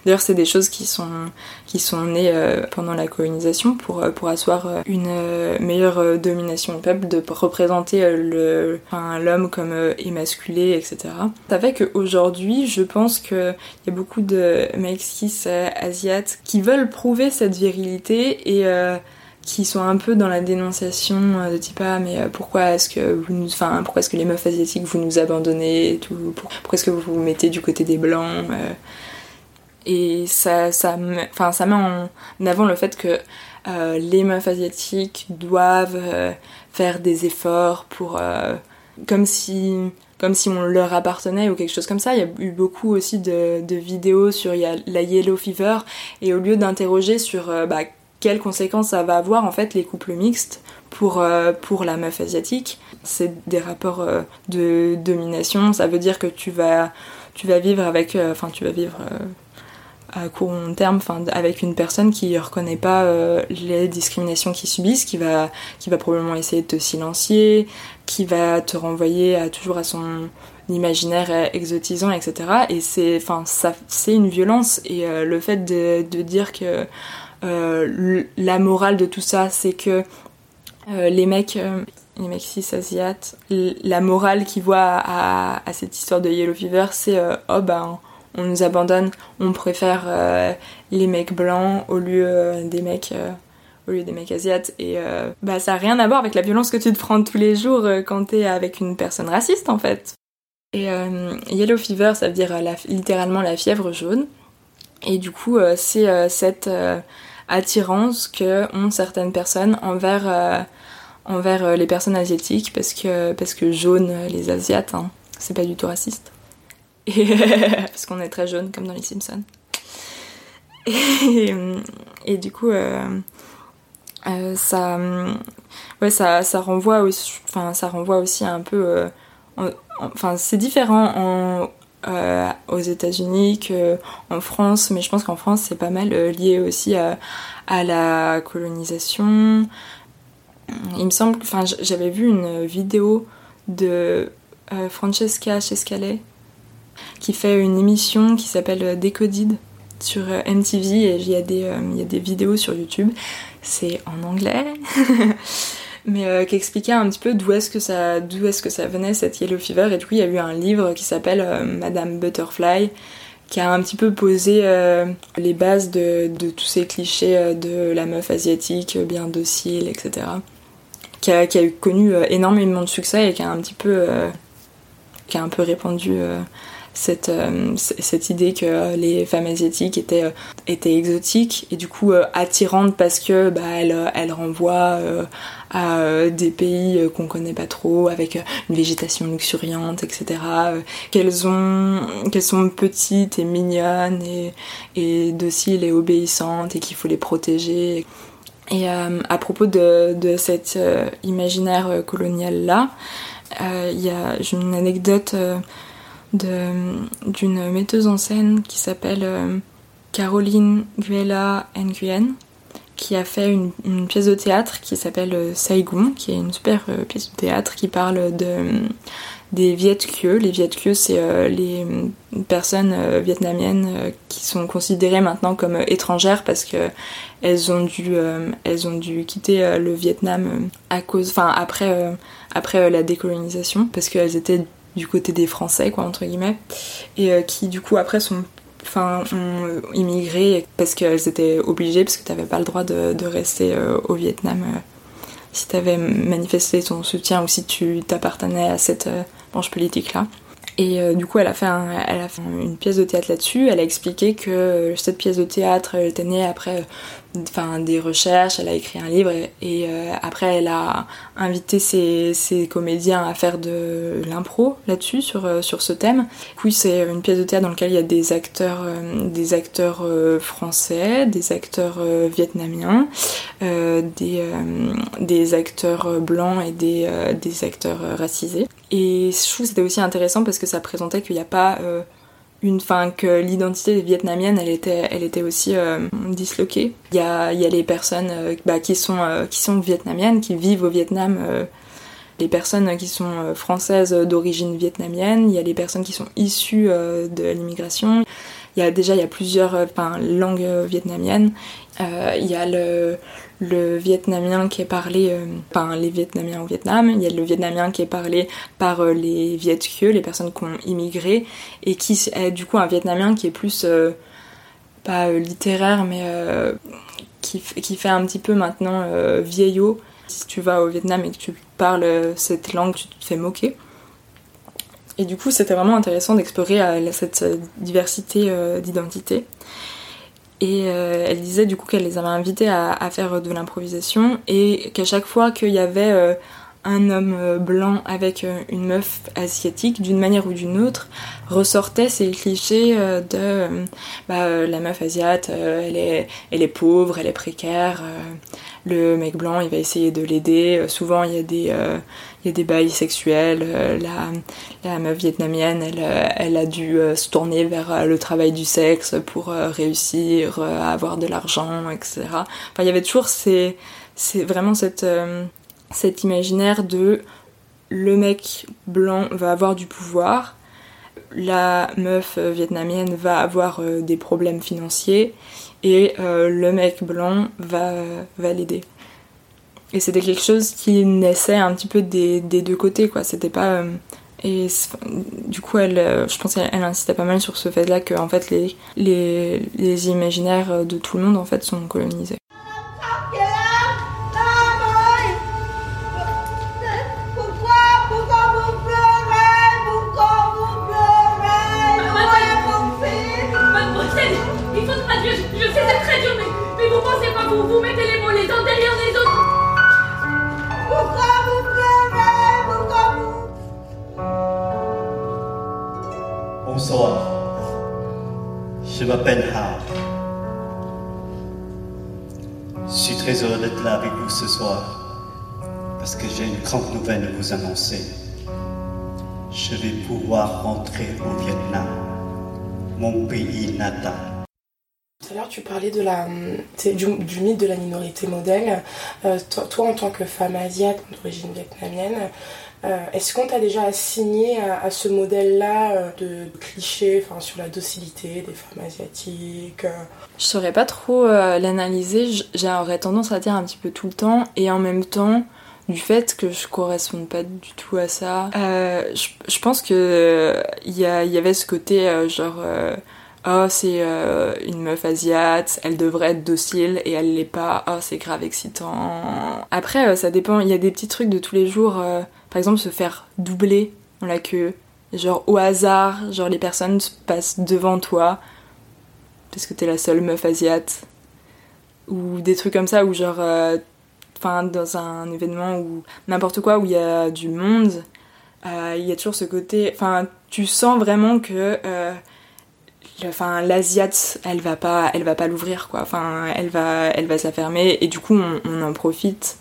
Speaker 2: D'ailleurs, c'est des choses qui sont nées pendant la colonisation pour asseoir une meilleure domination du peuple, de représenter l'homme comme émasculé, etc. Ça fait qu'aujourd'hui, je pense qu'il y a beaucoup de métis asiates qui veulent prouver cette virilité et qui sont un peu dans la dénonciation de type mais pourquoi est-ce que les meufs asiatiques vous nous abandonnez et tout, pourquoi est-ce que vous vous mettez du côté des blancs et ça met en avant le fait que les meufs asiatiques doivent faire des efforts pour comme si on leur appartenait ou quelque chose comme ça. Il y a eu beaucoup aussi de vidéos sur la Yellow Fever, et au lieu d'interroger sur quelles conséquences ça va avoir en fait les couples mixtes pour la meuf asiatique, c'est des rapports de domination. Ça veut dire que tu vas vivre avec à court terme, avec une personne qui reconnaît pas les discriminations qu'ils subissent, qui va probablement essayer de te silencier, qui va te renvoyer toujours à son imaginaire exotisant, etc. Et c'est une violence, et le fait de dire que la morale de tout ça, c'est que les mecs cis-asiates, la morale qu'ils voient à cette histoire de Yellow Fever, c'est on nous abandonne, on préfère les mecs blancs au lieu des mecs asiates, et ça a rien à voir avec la violence que tu te prends tous les jours quand t'es avec une personne raciste en fait. Et Yellow Fever, ça veut dire littéralement la fièvre jaune, et du coup c'est cette attirance que ont certaines personnes envers les personnes asiatiques, parce que jaune, les asiates, c'est pas du tout raciste. Parce qu'on est très jaune, comme dans les Simpsons. Et du coup, ça renvoie aussi un peu. C'est différent aux États-Unis qu'en France, mais je pense qu'en France, c'est pas mal lié aussi à la colonisation. Il me semble, j'avais vu une vidéo de Francesca Cescale, qui fait une émission qui s'appelle Decoded sur MTV, et il y a des vidéos sur YouTube, c'est en anglais, mais qui expliquait un petit peu d'où est-ce que ça venait, cette Yellow Fever. Et du coup il y a eu un livre qui s'appelle Madame Butterfly, qui a un petit peu posé les bases de tous ces clichés de la meuf asiatique bien docile, etc., qui a connu énormément de succès, et qui a un peu répandu cette idée que les femmes asiatiques étaient exotiques, et du coup attirantes, parce que elles renvoient à des pays qu'on connaît pas trop, avec une végétation luxuriante, etc., qu'elles sont petites et mignonnes et dociles et obéissantes, et qu'il faut les protéger. Et à propos de cet imaginaire colonial là, j'ai une anecdote d'une metteuse en scène qui s'appelle Caroline Guela Nguyen, qui a fait une pièce de théâtre qui s'appelle Saigon, qui est une super pièce de théâtre qui parle des Viet Kieu. Les Viet Kieu, c'est les personnes vietnamiennes qui sont considérées maintenant comme étrangères, parce que elles ont dû quitter le Vietnam après la décolonisation, parce qu'elles étaient du côté des Français, quoi, entre guillemets, et qui du coup après ont immigré parce qu'elles étaient obligées, parce que t'avais pas le droit de rester au Vietnam si t'avais manifesté ton soutien, ou si tu t'appartenais à cette branche politique là. Et du coup elle a fait une pièce de théâtre là-dessus. Elle a expliqué que cette pièce de théâtre elle était née après des recherches, elle a écrit un livre, et après elle a invité ses comédiens à faire de l'impro là-dessus, sur ce thème. Oui, c'est une pièce de théâtre dans laquelle il y a des acteurs français, des acteurs vietnamiens, des acteurs blancs et des acteurs racisés. Et je trouve que c'était aussi intéressant parce que ça présentait qu'il n'y a pas que l'identité vietnamienne elle était aussi disloquée. Il y a les personnes qui sont vietnamiennes, qui vivent au Vietnam, les personnes qui sont françaises d'origine vietnamienne, il y a les personnes qui sont issues de l'immigration, il y a plusieurs langues vietnamiennes. Il y a le vietnamien qui est parlé par les Vietnamiens au Vietnam, il y a le vietnamien qui est parlé par les Viet Kieu, les personnes qui ont immigré, et qui est du coup un vietnamien qui est plus pas littéraire, mais qui fait un petit peu maintenant vieillot. Si tu vas au Vietnam et que tu parles cette langue, tu te fais moquer. Et du coup, c'était vraiment intéressant d'explorer cette diversité d'identité. Et elle disait du coup qu'elle les avait invités à faire de l'improvisation et qu'à chaque fois qu'il y avait un homme blanc avec une meuf asiatique, d'une manière ou d'une autre, ressortaient ces clichés de la meuf asiate, elle est pauvre, elle est précaire, le mec blanc il va essayer de l'aider, souvent il y a des bails sexuels, la meuf vietnamienne elle a dû se tourner vers le travail du sexe pour réussir à avoir de l'argent, etc. Enfin il y avait toujours c'est vraiment cet imaginaire de le mec blanc va avoir du pouvoir, la meuf vietnamienne va avoir des problèmes financiers et le mec blanc va l'aider. Et c'était quelque chose qui naissait un petit peu des deux côtés, quoi. C'était pas... et du coup, je pense qu'elle insistait pas mal sur ce fait-là que en fait, les imaginaires de tout le monde en fait sont colonisés.
Speaker 7: Vous mettez les mots les uns derrière les autres. Pourquoi vous pleurez? Pourquoi vous...
Speaker 8: Bonsoir. Je m'appelle Ha. Je suis très heureux d'être là avec vous ce soir parce que j'ai une grande nouvelle à vous annoncer. Je vais pouvoir rentrer au Vietnam, mon pays natal.
Speaker 4: Tout à l'heure, tu parlais du mythe de la minorité modèle. Toi, en tant que femme asiate d'origine vietnamienne, est-ce qu'on t'a déjà assigné à ce modèle-là de cliché sur la docilité des femmes asiatiques?
Speaker 2: Je saurais pas trop l'analyser. J'aurais tendance à dire un petit peu tout le temps, et en même temps, du fait que je corresponde pas du tout à ça, je pense que il y avait ce côté oh, c'est une meuf asiate, elle devrait être docile et elle l'est pas, oh, c'est grave excitant. Après, ça dépend, il y a des petits trucs de tous les jours, par exemple se faire doubler dans la queue, genre au hasard, genre les personnes passent devant toi parce que t'es la seule meuf asiate, ou des trucs comme ça, ou genre, dans un événement ou n'importe quoi où il y a du monde, il y a toujours ce côté, tu sens vraiment que l'asiate elle va pas l'ouvrir, quoi, elle va se la fermer, et du coup on en profite.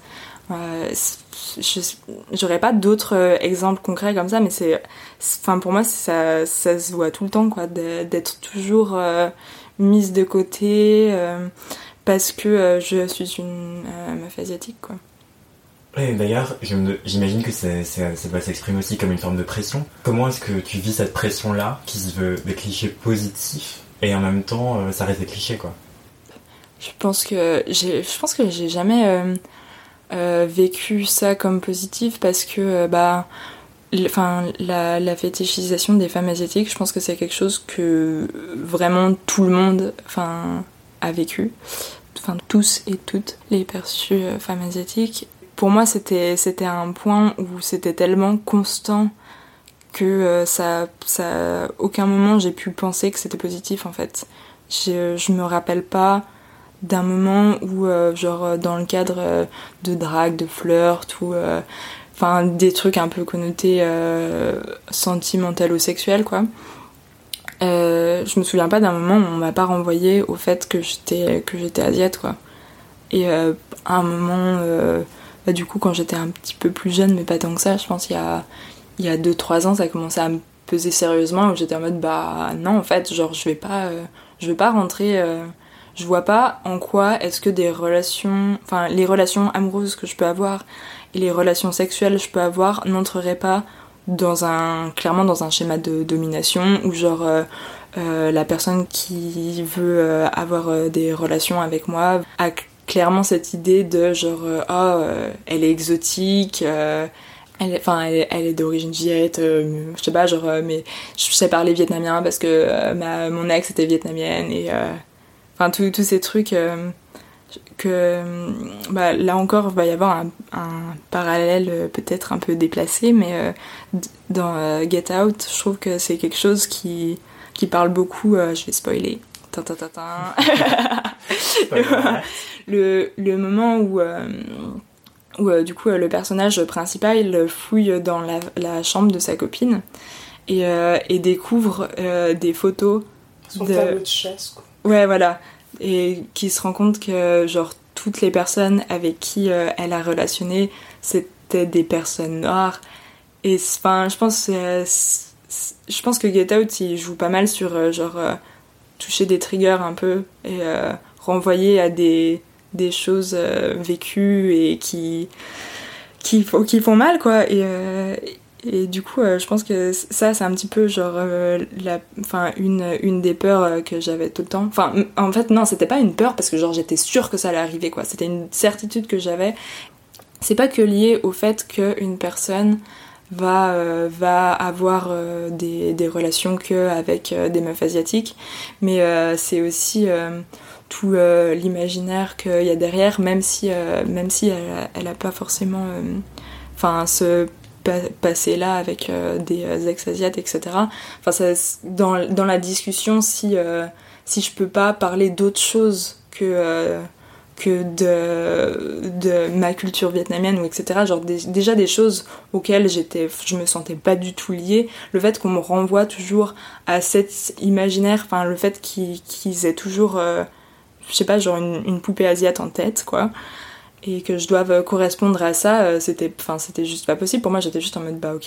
Speaker 2: J'aurais pas d'autres exemples concrets comme ça, mais pour moi ça se voit tout le temps, quoi, d'être toujours mise de côté parce que je suis une meuf asiatique, quoi.
Speaker 3: Et d'ailleurs, j'imagine que ça doit s'exprimer aussi comme une forme de pression. Comment est-ce que tu vis cette pression-là, qui se veut des clichés positifs, et en même temps, ça reste des clichés, quoi?
Speaker 2: Je pense que j'ai jamais vécu ça comme positif, parce que la fétichisation des femmes asiatiques, je pense que c'est quelque chose que vraiment tout le monde a vécu. Tous et toutes les perçues femmes asiatiques. Pour moi, c'était un point où c'était tellement constant que aucun moment j'ai pu penser que c'était positif, en fait. Je me rappelle pas d'un moment où, dans le cadre de drague, de flirt, ou des trucs un peu connotés sentimentalo-sexuels, quoi. Je me souviens pas d'un moment où on m'a pas renvoyé au fait que j'étais asiate, quoi. Et à un moment, du coup, quand j'étais un petit peu plus jeune, mais pas tant que ça, je pense il y a 2-3 ans, ça a commencé à me peser sérieusement, où j'étais en mode non, en fait, je vais pas rentrer, je vois pas en quoi est-ce que les relations amoureuses que je peux avoir et les relations sexuelles que je peux avoir n'entreraient pas clairement dans un schéma de domination, où la personne qui veut avoir des relations avec moi a clairement cette idée de genre elle est exotique, elle est d'origine viet, je sais pas, genre mais je sais parler vietnamien parce que mon ex était vietnamienne et tous ces trucs que là encore il va y avoir un parallèle peut-être un peu déplacé, mais dans Get Out je trouve que c'est quelque chose qui parle beaucoup, je vais spoiler, le moment où du coup le personnage principal il fouille dans la chambre de sa copine et découvre des photos
Speaker 4: son tableau de chasse, quoi.
Speaker 2: Ouais, voilà, et qui se rend compte que genre toutes les personnes avec qui elle a relationné c'était des personnes noires, et je pense que Get Out il joue pas mal sur toucher des triggers un peu et renvoyer à des choses vécues et qui font mal, quoi, et du coup je pense que ça c'est un petit peu genre une des peurs que j'avais tout le temps. En fait non, c'était pas une peur parce que genre j'étais sûre que ça allait arriver, quoi. C'était une certitude que j'avais. C'est pas que lié au fait qu'une personne va avoir des relations qu'avec des meufs asiatiques, mais c'est aussi tout l'imaginaire qu'il y a derrière, même si elle a pas forcément ce passé-là avec des ex-asiates, etc. Dans la discussion, si je peux pas parler d'autre chose que de ma culture vietnamienne ou etc, genre déjà des choses auxquelles je me sentais pas du tout liée, le fait qu'on me renvoie toujours à cet imaginaire, le fait qu'ils aient toujours je sais pas, genre une poupée asiate en tête, quoi, et que je doive correspondre à ça, c'était juste pas possible. Pour moi, j'étais juste en mode ok,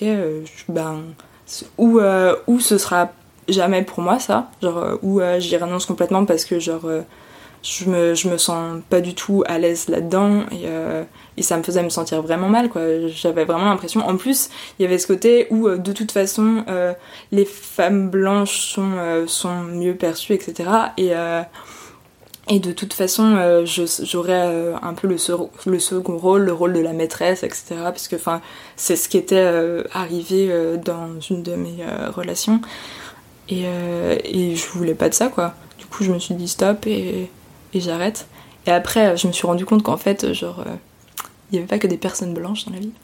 Speaker 2: ou ce sera jamais pour moi, ça, genre ou j'y renonce complètement parce que genre je me sens pas du tout à l'aise là-dedans, et ça me faisait me sentir vraiment mal, quoi. J'avais vraiment l'impression, en plus il y avait ce côté où de toute façon les femmes blanches sont mieux perçues, etc, et de toute façon j'aurais un peu le second rôle, le rôle de la maîtresse, etc, parce que c'est ce qui était arrivé dans une de mes relations, et je voulais pas de ça, quoi. Du coup je me suis dit stop et j'arrête. Et après je me suis rendu compte qu'en fait genre il y avait pas que des personnes blanches dans la vie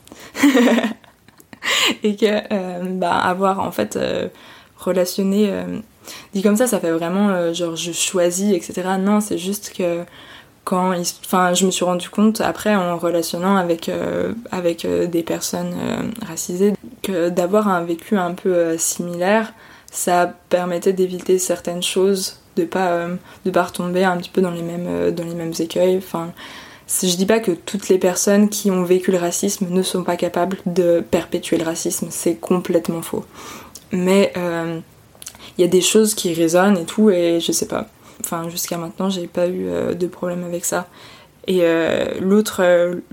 Speaker 2: et que avoir en fait relationné dit comme ça fait vraiment genre je choisis, etc. Non, c'est juste que quand je me suis rendu compte après en relationnant avec des personnes racisées que d'avoir un vécu un peu similaire, ça permettait d'éviter certaines choses, de pas retomber un petit peu dans les mêmes écueils. Je dis pas que toutes les personnes qui ont vécu le racisme ne sont pas capables de perpétuer le racisme, c'est complètement faux. Mais y a des choses qui résonnent et tout, et je sais pas. Jusqu'à maintenant, j'ai pas eu de problème avec ça. Et l'autre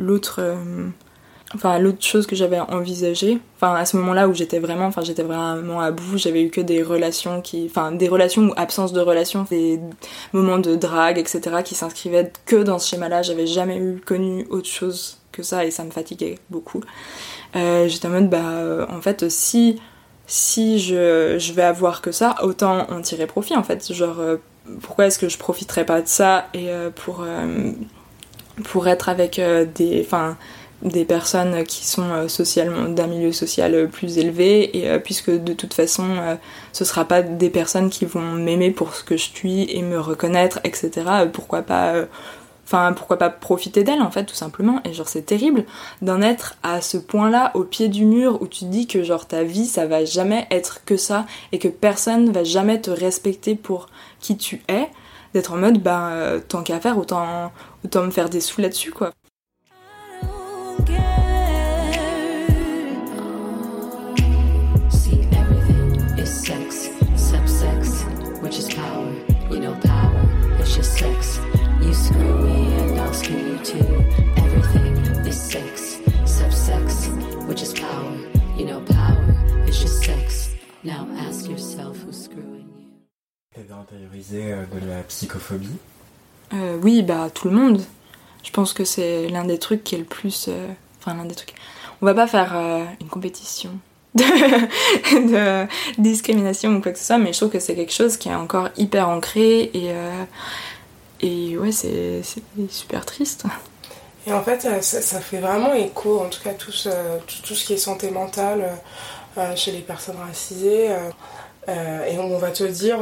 Speaker 2: chose que j'avais envisagée, à ce moment-là où j'étais vraiment à bout, j'avais eu que des relations ou absence de relations, des moments de drague, etc., qui s'inscrivaient que dans ce schéma-là. J'avais jamais connu autre chose que ça, et ça me fatiguait beaucoup. J'étais en mode, en fait, si je vais avoir que ça, autant en tirer profit, en fait. Genre, pourquoi est-ce que je profiterais pas de ça et pour être avec des personnes qui sont socialement d'un milieu social plus élevé, et puisque de toute façon ce sera pas des personnes qui vont m'aimer pour ce que je suis et me reconnaître, etc. Pourquoi pas profiter d'elle, en fait, tout simplement. Et genre c'est terrible d'en être à ce point-là, au pied du mur, où tu te dis que genre ta vie ça va jamais être que ça et que personne va jamais te respecter pour qui tu es, d'être en mode tant qu'à faire, autant me faire des sous là-dessus, quoi.
Speaker 9: You screw me and I'll screw you too. Everything is sex, subsex, which is power. You know power is just sex. Now ask yourself who's screwing.
Speaker 3: T'avais intériorisé de la psychophobie?
Speaker 2: Oui, bah tout le monde. Je pense que c'est l'un des trucs qui est le plus... Enfin, l'un des trucs... On va pas faire une compétition de discrimination ou quoi que ce soit, mais je trouve que c'est quelque chose qui est encore hyper ancré et ouais, c'est super triste.
Speaker 4: Et en fait, ça fait vraiment écho, en tout cas tout ce qui est santé mentale chez les personnes racisées. Et on va te dire,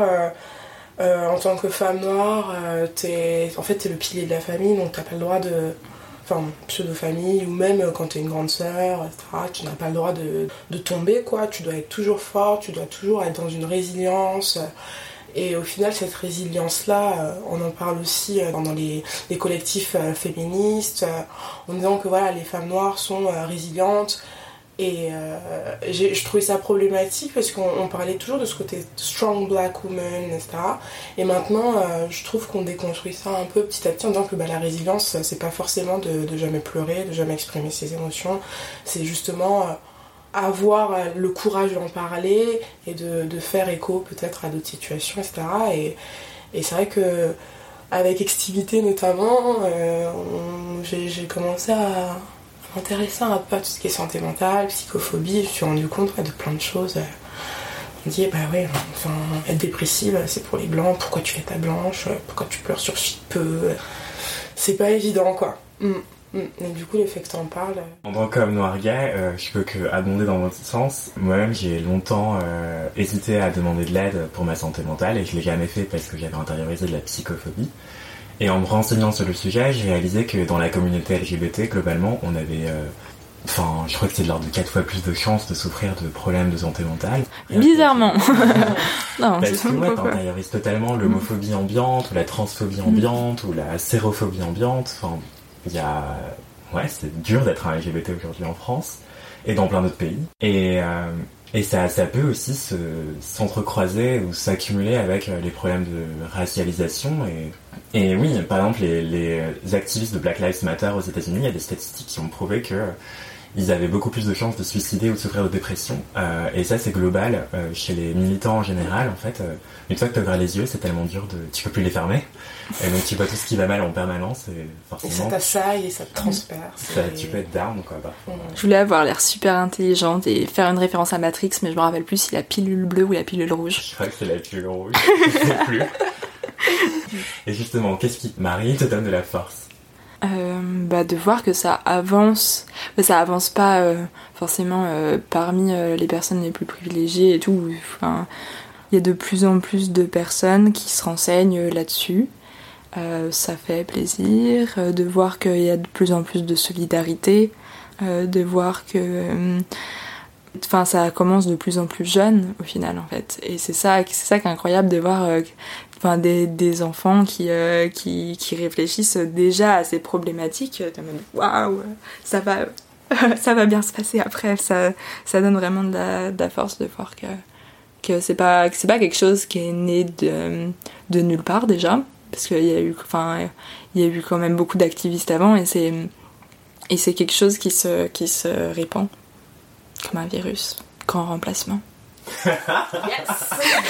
Speaker 4: en tant que femme noire, t'es le pilier de la famille, donc t'as pas le droit de... Enfin, pseudo-famille, ou même quand t'es une grande sœur, etc., tu n'as pas le droit de tomber, quoi. Tu dois être toujours forte, tu dois toujours être dans une résilience. Et au final, cette résilience-là, on en parle aussi dans les collectifs féministes, en disant que voilà, les femmes noires sont résilientes. Et je trouvais ça problématique parce qu'on parlait toujours de ce côté strong black woman, etc. Et maintenant, je trouve qu'on déconstruit ça un peu petit à petit en disant que la résilience, c'est pas forcément de jamais pleurer, de jamais exprimer ses émotions. C'est justement avoir le courage d'en parler et de faire écho peut-être à d'autres situations, etc. Et c'est vrai que avec Extivité notamment, j'ai commencé à m'intéresser un peu à tout ce qui est santé mentale, psychophobie. Je me suis rendu compte de plein de choses. On dit, bah ouais, enfin, être dépressive, c'est pour les blancs, pourquoi tu fais ta blanche, pourquoi tu pleures sur peu. C'est pas évident, quoi. Et du coup, le fait que t'en parles...
Speaker 3: En tant qu'homme noir gay, je peux que abonder dans votre sens. Moi-même, j'ai longtemps hésité à demander de l'aide pour ma santé mentale et je l'ai jamais fait parce que j'avais intériorisé de la psychophobie. Et en me renseignant sur le sujet, j'ai réalisé que dans la communauté LGBT, globalement, on avait... je crois que c'est de l'ordre de 4 fois plus de chances de souffrir de problèmes de santé mentale.
Speaker 2: Bizarrement. Non,
Speaker 3: parce que ouais, t'intériorises totalement l'homophobie ambiante, ou la transphobie ambiante, ou la sérophobie ambiante. Enfin, il y a... Ouais, c'est dur d'être un LGBT aujourd'hui en France, et dans plein d'autres pays. Et ça peut aussi s'entrecroiser ou s'accumuler avec les problèmes de racialisation. Et oui, par exemple, les activistes de Black Lives Matter aux États-Unis, il y a des statistiques qui ont prouvé que ils avaient beaucoup plus de chances de se suicider ou de souffrir de dépression. Et ça, c'est global chez les militants en général. En fait, une fois que tu ouvres les yeux, c'est tellement dur tu peux plus les fermer. Et donc tu vois tout ce qui va mal en permanence et forcément...
Speaker 4: Et ça t'assaille et ça te transperce.
Speaker 3: Tu peux être down, quoi.
Speaker 2: Je voulais avoir l'air super intelligente et faire une référence à Matrix, mais je me rappelle plus si la pilule bleue ou la pilule rouge.
Speaker 3: Je crois que c'est la pilule rouge. Je sais plus. Et justement, qu'est-ce qui, Marie, te donne de la force?
Speaker 2: De voir que ça avance. Ça avance pas forcément parmi les personnes les plus privilégiées et tout. Enfin, il y a de plus en plus de personnes qui se renseignent là-dessus. Ça fait plaisir de voir qu'il y a de plus en plus de solidarité, de voir que ça commence de plus en plus jeune au final en fait. Et c'est ça qui est incroyable de voir des enfants qui réfléchissent déjà à ces problématiques. Waouh, ça va bien se passer après. Ça donne vraiment de la force de voir que c'est pas quelque chose qui est né de nulle part déjà, parce qu'il y a eu quand même beaucoup d'activistes avant et c'est quelque chose qui se répand comme un virus, grand remplacement.
Speaker 4: Yes.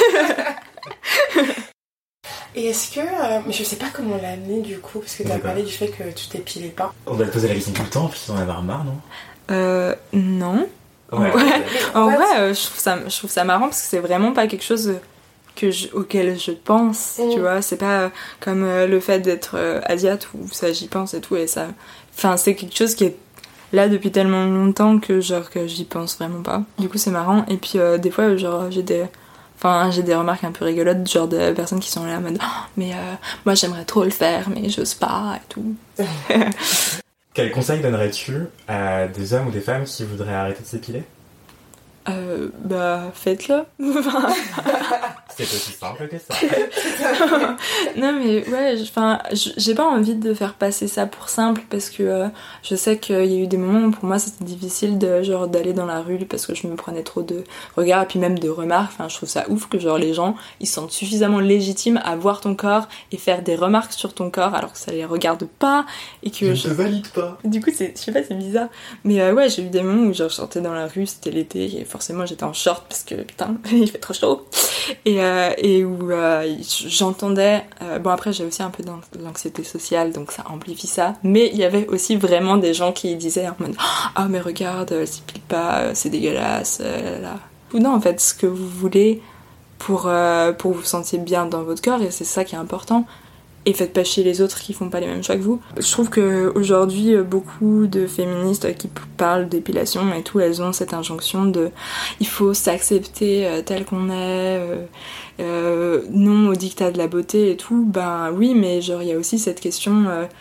Speaker 4: Et est-ce que... mais je sais pas comment on l'a amené du coup, parce que t'as parlé du fait que tu t'épilais pas.
Speaker 3: On va te poser la question tout le temps, puis on en avoir marre, non?
Speaker 2: Non.
Speaker 3: Ouais.
Speaker 2: En vrai, je trouve ça marrant parce que c'est vraiment pas quelque chose auquel je pense, tu vois. C'est pas comme le fait d'être asiate où ça j'y pense et tout, et ça... Enfin, c'est quelque chose qui est là depuis tellement longtemps que j'y pense vraiment pas. Du coup, c'est marrant. Et puis, des fois, j'ai des remarques un peu rigolotes, genre de personnes qui sont là en mode mais moi j'aimerais trop le faire mais j'ose pas et tout.
Speaker 3: Quel conseil donnerais-tu à des hommes ou des femmes qui voudraient arrêter de s'épiler?
Speaker 2: Faites-le.
Speaker 3: C'est aussi simple que ça.
Speaker 2: Non mais ouais, j'ai pas envie de faire passer ça pour simple parce que je sais qu'il y a eu des moments où pour moi c'était difficile d'aller dans la rue parce que je me prenais trop de regards et puis même de remarques. Enfin, je trouve ça ouf que les gens ils se sentent suffisamment légitimes à voir ton corps et faire des remarques sur ton corps alors que ça les regarde pas et que
Speaker 3: je te valide pas.
Speaker 2: Du coup je sais pas, c'est bizarre. Mais ouais, j'ai eu des moments où je sortais dans la rue, c'était l'été, et forcément j'étais en short parce que putain il fait trop chaud et où j'entendais bon après j'ai aussi un peu d'anxiété sociale donc ça amplifie ça, mais il y avait aussi vraiment des gens qui disaient en mode ah mais regarde elle s'épile pas, c'est dégueulasse là. Ou non en fait ce que vous voulez pour vous sentir bien dans votre corps, et c'est ça qui est important. Et faites pas chier les autres qui font pas les mêmes choix que vous. Je trouve qu'aujourd'hui, beaucoup de féministes qui parlent d'épilation et tout, elles ont cette injonction de il faut s'accepter tel qu'on est, non au diktat de la beauté et tout. Ben oui, mais genre il y a aussi cette question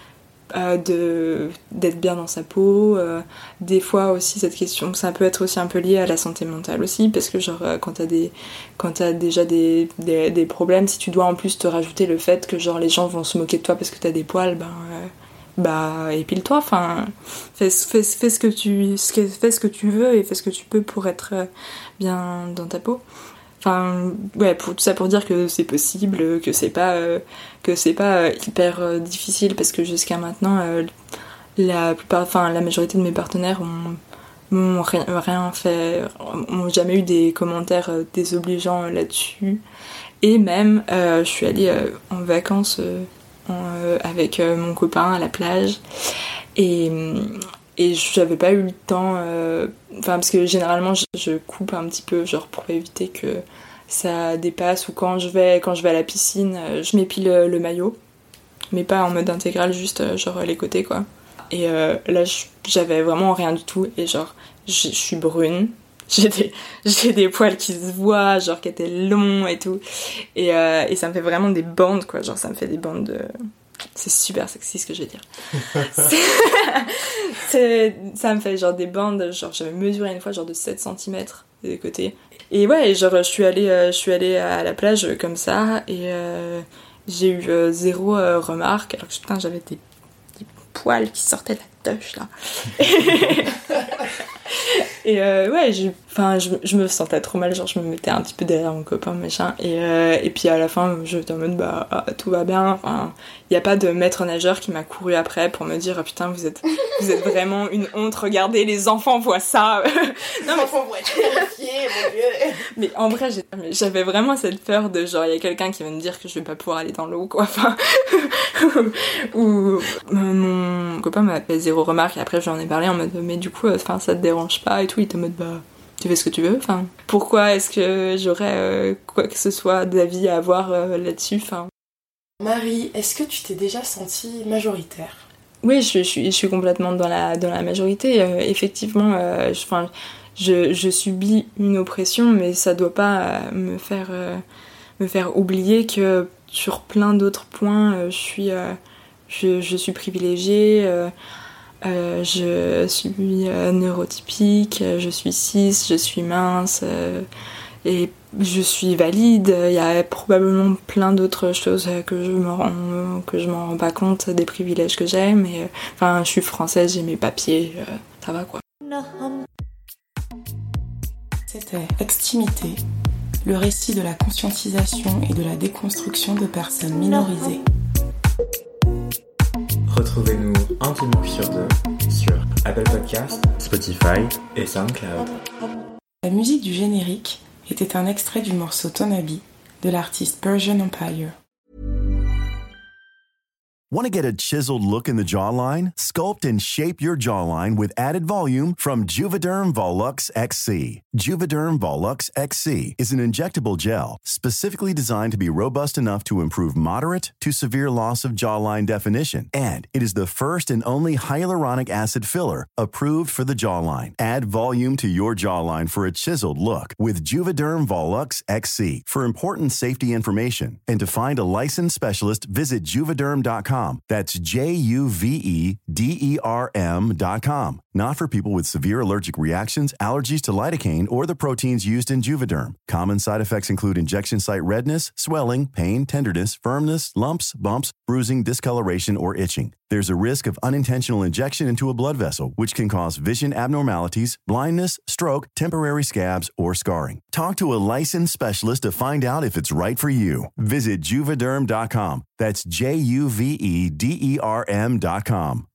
Speaker 2: d'être bien dans sa peau, des fois aussi cette question, ça peut être aussi un peu lié à la santé mentale aussi, parce que genre quand t'as déjà des problèmes, si tu dois en plus te rajouter le fait que genre les gens vont se moquer de toi parce que t'as des poils, bah épile-toi, enfin fais ce que tu veux et fais ce que tu peux pour être bien dans ta peau. Enfin, ouais, pour tout ça pour dire que c'est possible, que c'est pas hyper difficile, parce que jusqu'à maintenant, la majorité de mes partenaires m'ont rien fait, ont jamais eu des commentaires désobligeants là-dessus. Et même, je suis allée en vacances avec mon copain à la plage, et j'avais pas eu le temps, parce que généralement je coupe un petit peu, genre pour éviter que ça dépasse, ou quand je vais à la piscine, je m'épile le maillot, mais pas en mode intégral, juste genre les côtés quoi. Et là j'avais vraiment rien du tout, et genre je suis brune, j'ai des poils qui se voient, genre qui étaient longs et tout, et ça me fait vraiment des bandes quoi, genre ça me fait des bandes de... C'est super sexy ce que je vais dire. Ça me fait genre des bandes, genre j'avais mesuré une fois genre de 7 cm des côtés. Et ouais, genre je suis allée à la plage comme ça, et j'ai eu zéro remarque, alors que putain j'avais des poils qui sortaient de la touche là. Et ouais, je me sentais trop mal, genre je me mettais un petit peu derrière mon copain machin, et puis à la fin j'étais en mode tout va bien, enfin il y a pas de maître nageur qui m'a couru après pour me dire putain vous êtes vraiment une honte, regardez les enfants voient ça.
Speaker 4: Non, les enfants vont être terrifiés, mon Dieu.
Speaker 2: Mais en vrai j'avais vraiment cette peur de genre il y a quelqu'un qui va me dire que je vais pas pouvoir aller dans l'eau quoi, enfin ou mon copain m'a fait zéro remarque, et après j'en ai parlé en mode mais du coup ça te dérange pas et tout, il était en mode tu fais ce que tu veux, enfin pourquoi est-ce que j'aurais quoi que ce soit d'avis à avoir là-dessus, enfin.
Speaker 4: Marie, est-ce que tu t'es déjà sentie majoritaire?
Speaker 2: Oui, je suis complètement dans la majorité, effectivement, je subis une oppression, mais ça doit pas me faire oublier que sur plein d'autres points je suis privilégiée, je suis neurotypique, je suis cis, je suis mince, et je suis valide. Il y a probablement plein d'autres choses que je m'en rends pas compte, des privilèges que j'ai, mais je suis française, j'ai mes papiers, ça va quoi.
Speaker 4: C'était Extimité, le récit de la conscientisation et de la déconstruction de personnes minorisées.
Speaker 3: Retrouvez-nous un dimanche sur 2 sur Apple Podcasts, Spotify et SoundCloud.
Speaker 4: La musique du générique était un extrait du morceau Tonabi de l'artiste Persian Empire.
Speaker 10: Want to get a chiseled look in the jawline? Sculpt and shape your jawline with added volume from Juvederm Volux XC. Juvederm Volux XC is an injectable gel specifically designed to be robust enough to improve moderate to severe loss of jawline definition. And it is the first and only hyaluronic acid filler approved for the jawline. Add volume to your jawline for a chiseled look with Juvederm Volux XC. For important safety information and to find a licensed specialist, visit Juvederm.com. That's JUVEDERM.com. Not for people with severe allergic reactions, allergies to lidocaine, or the proteins used in Juvederm. Common side effects include injection site redness, swelling, pain, tenderness, firmness, lumps, bumps, bruising, discoloration, or itching. There's a risk of unintentional injection into a blood vessel, which can cause vision abnormalities, blindness, stroke, temporary scabs, or scarring. Talk to a licensed specialist to find out if it's right for you. Visit Juvederm.com. That's JUVEDERM.com.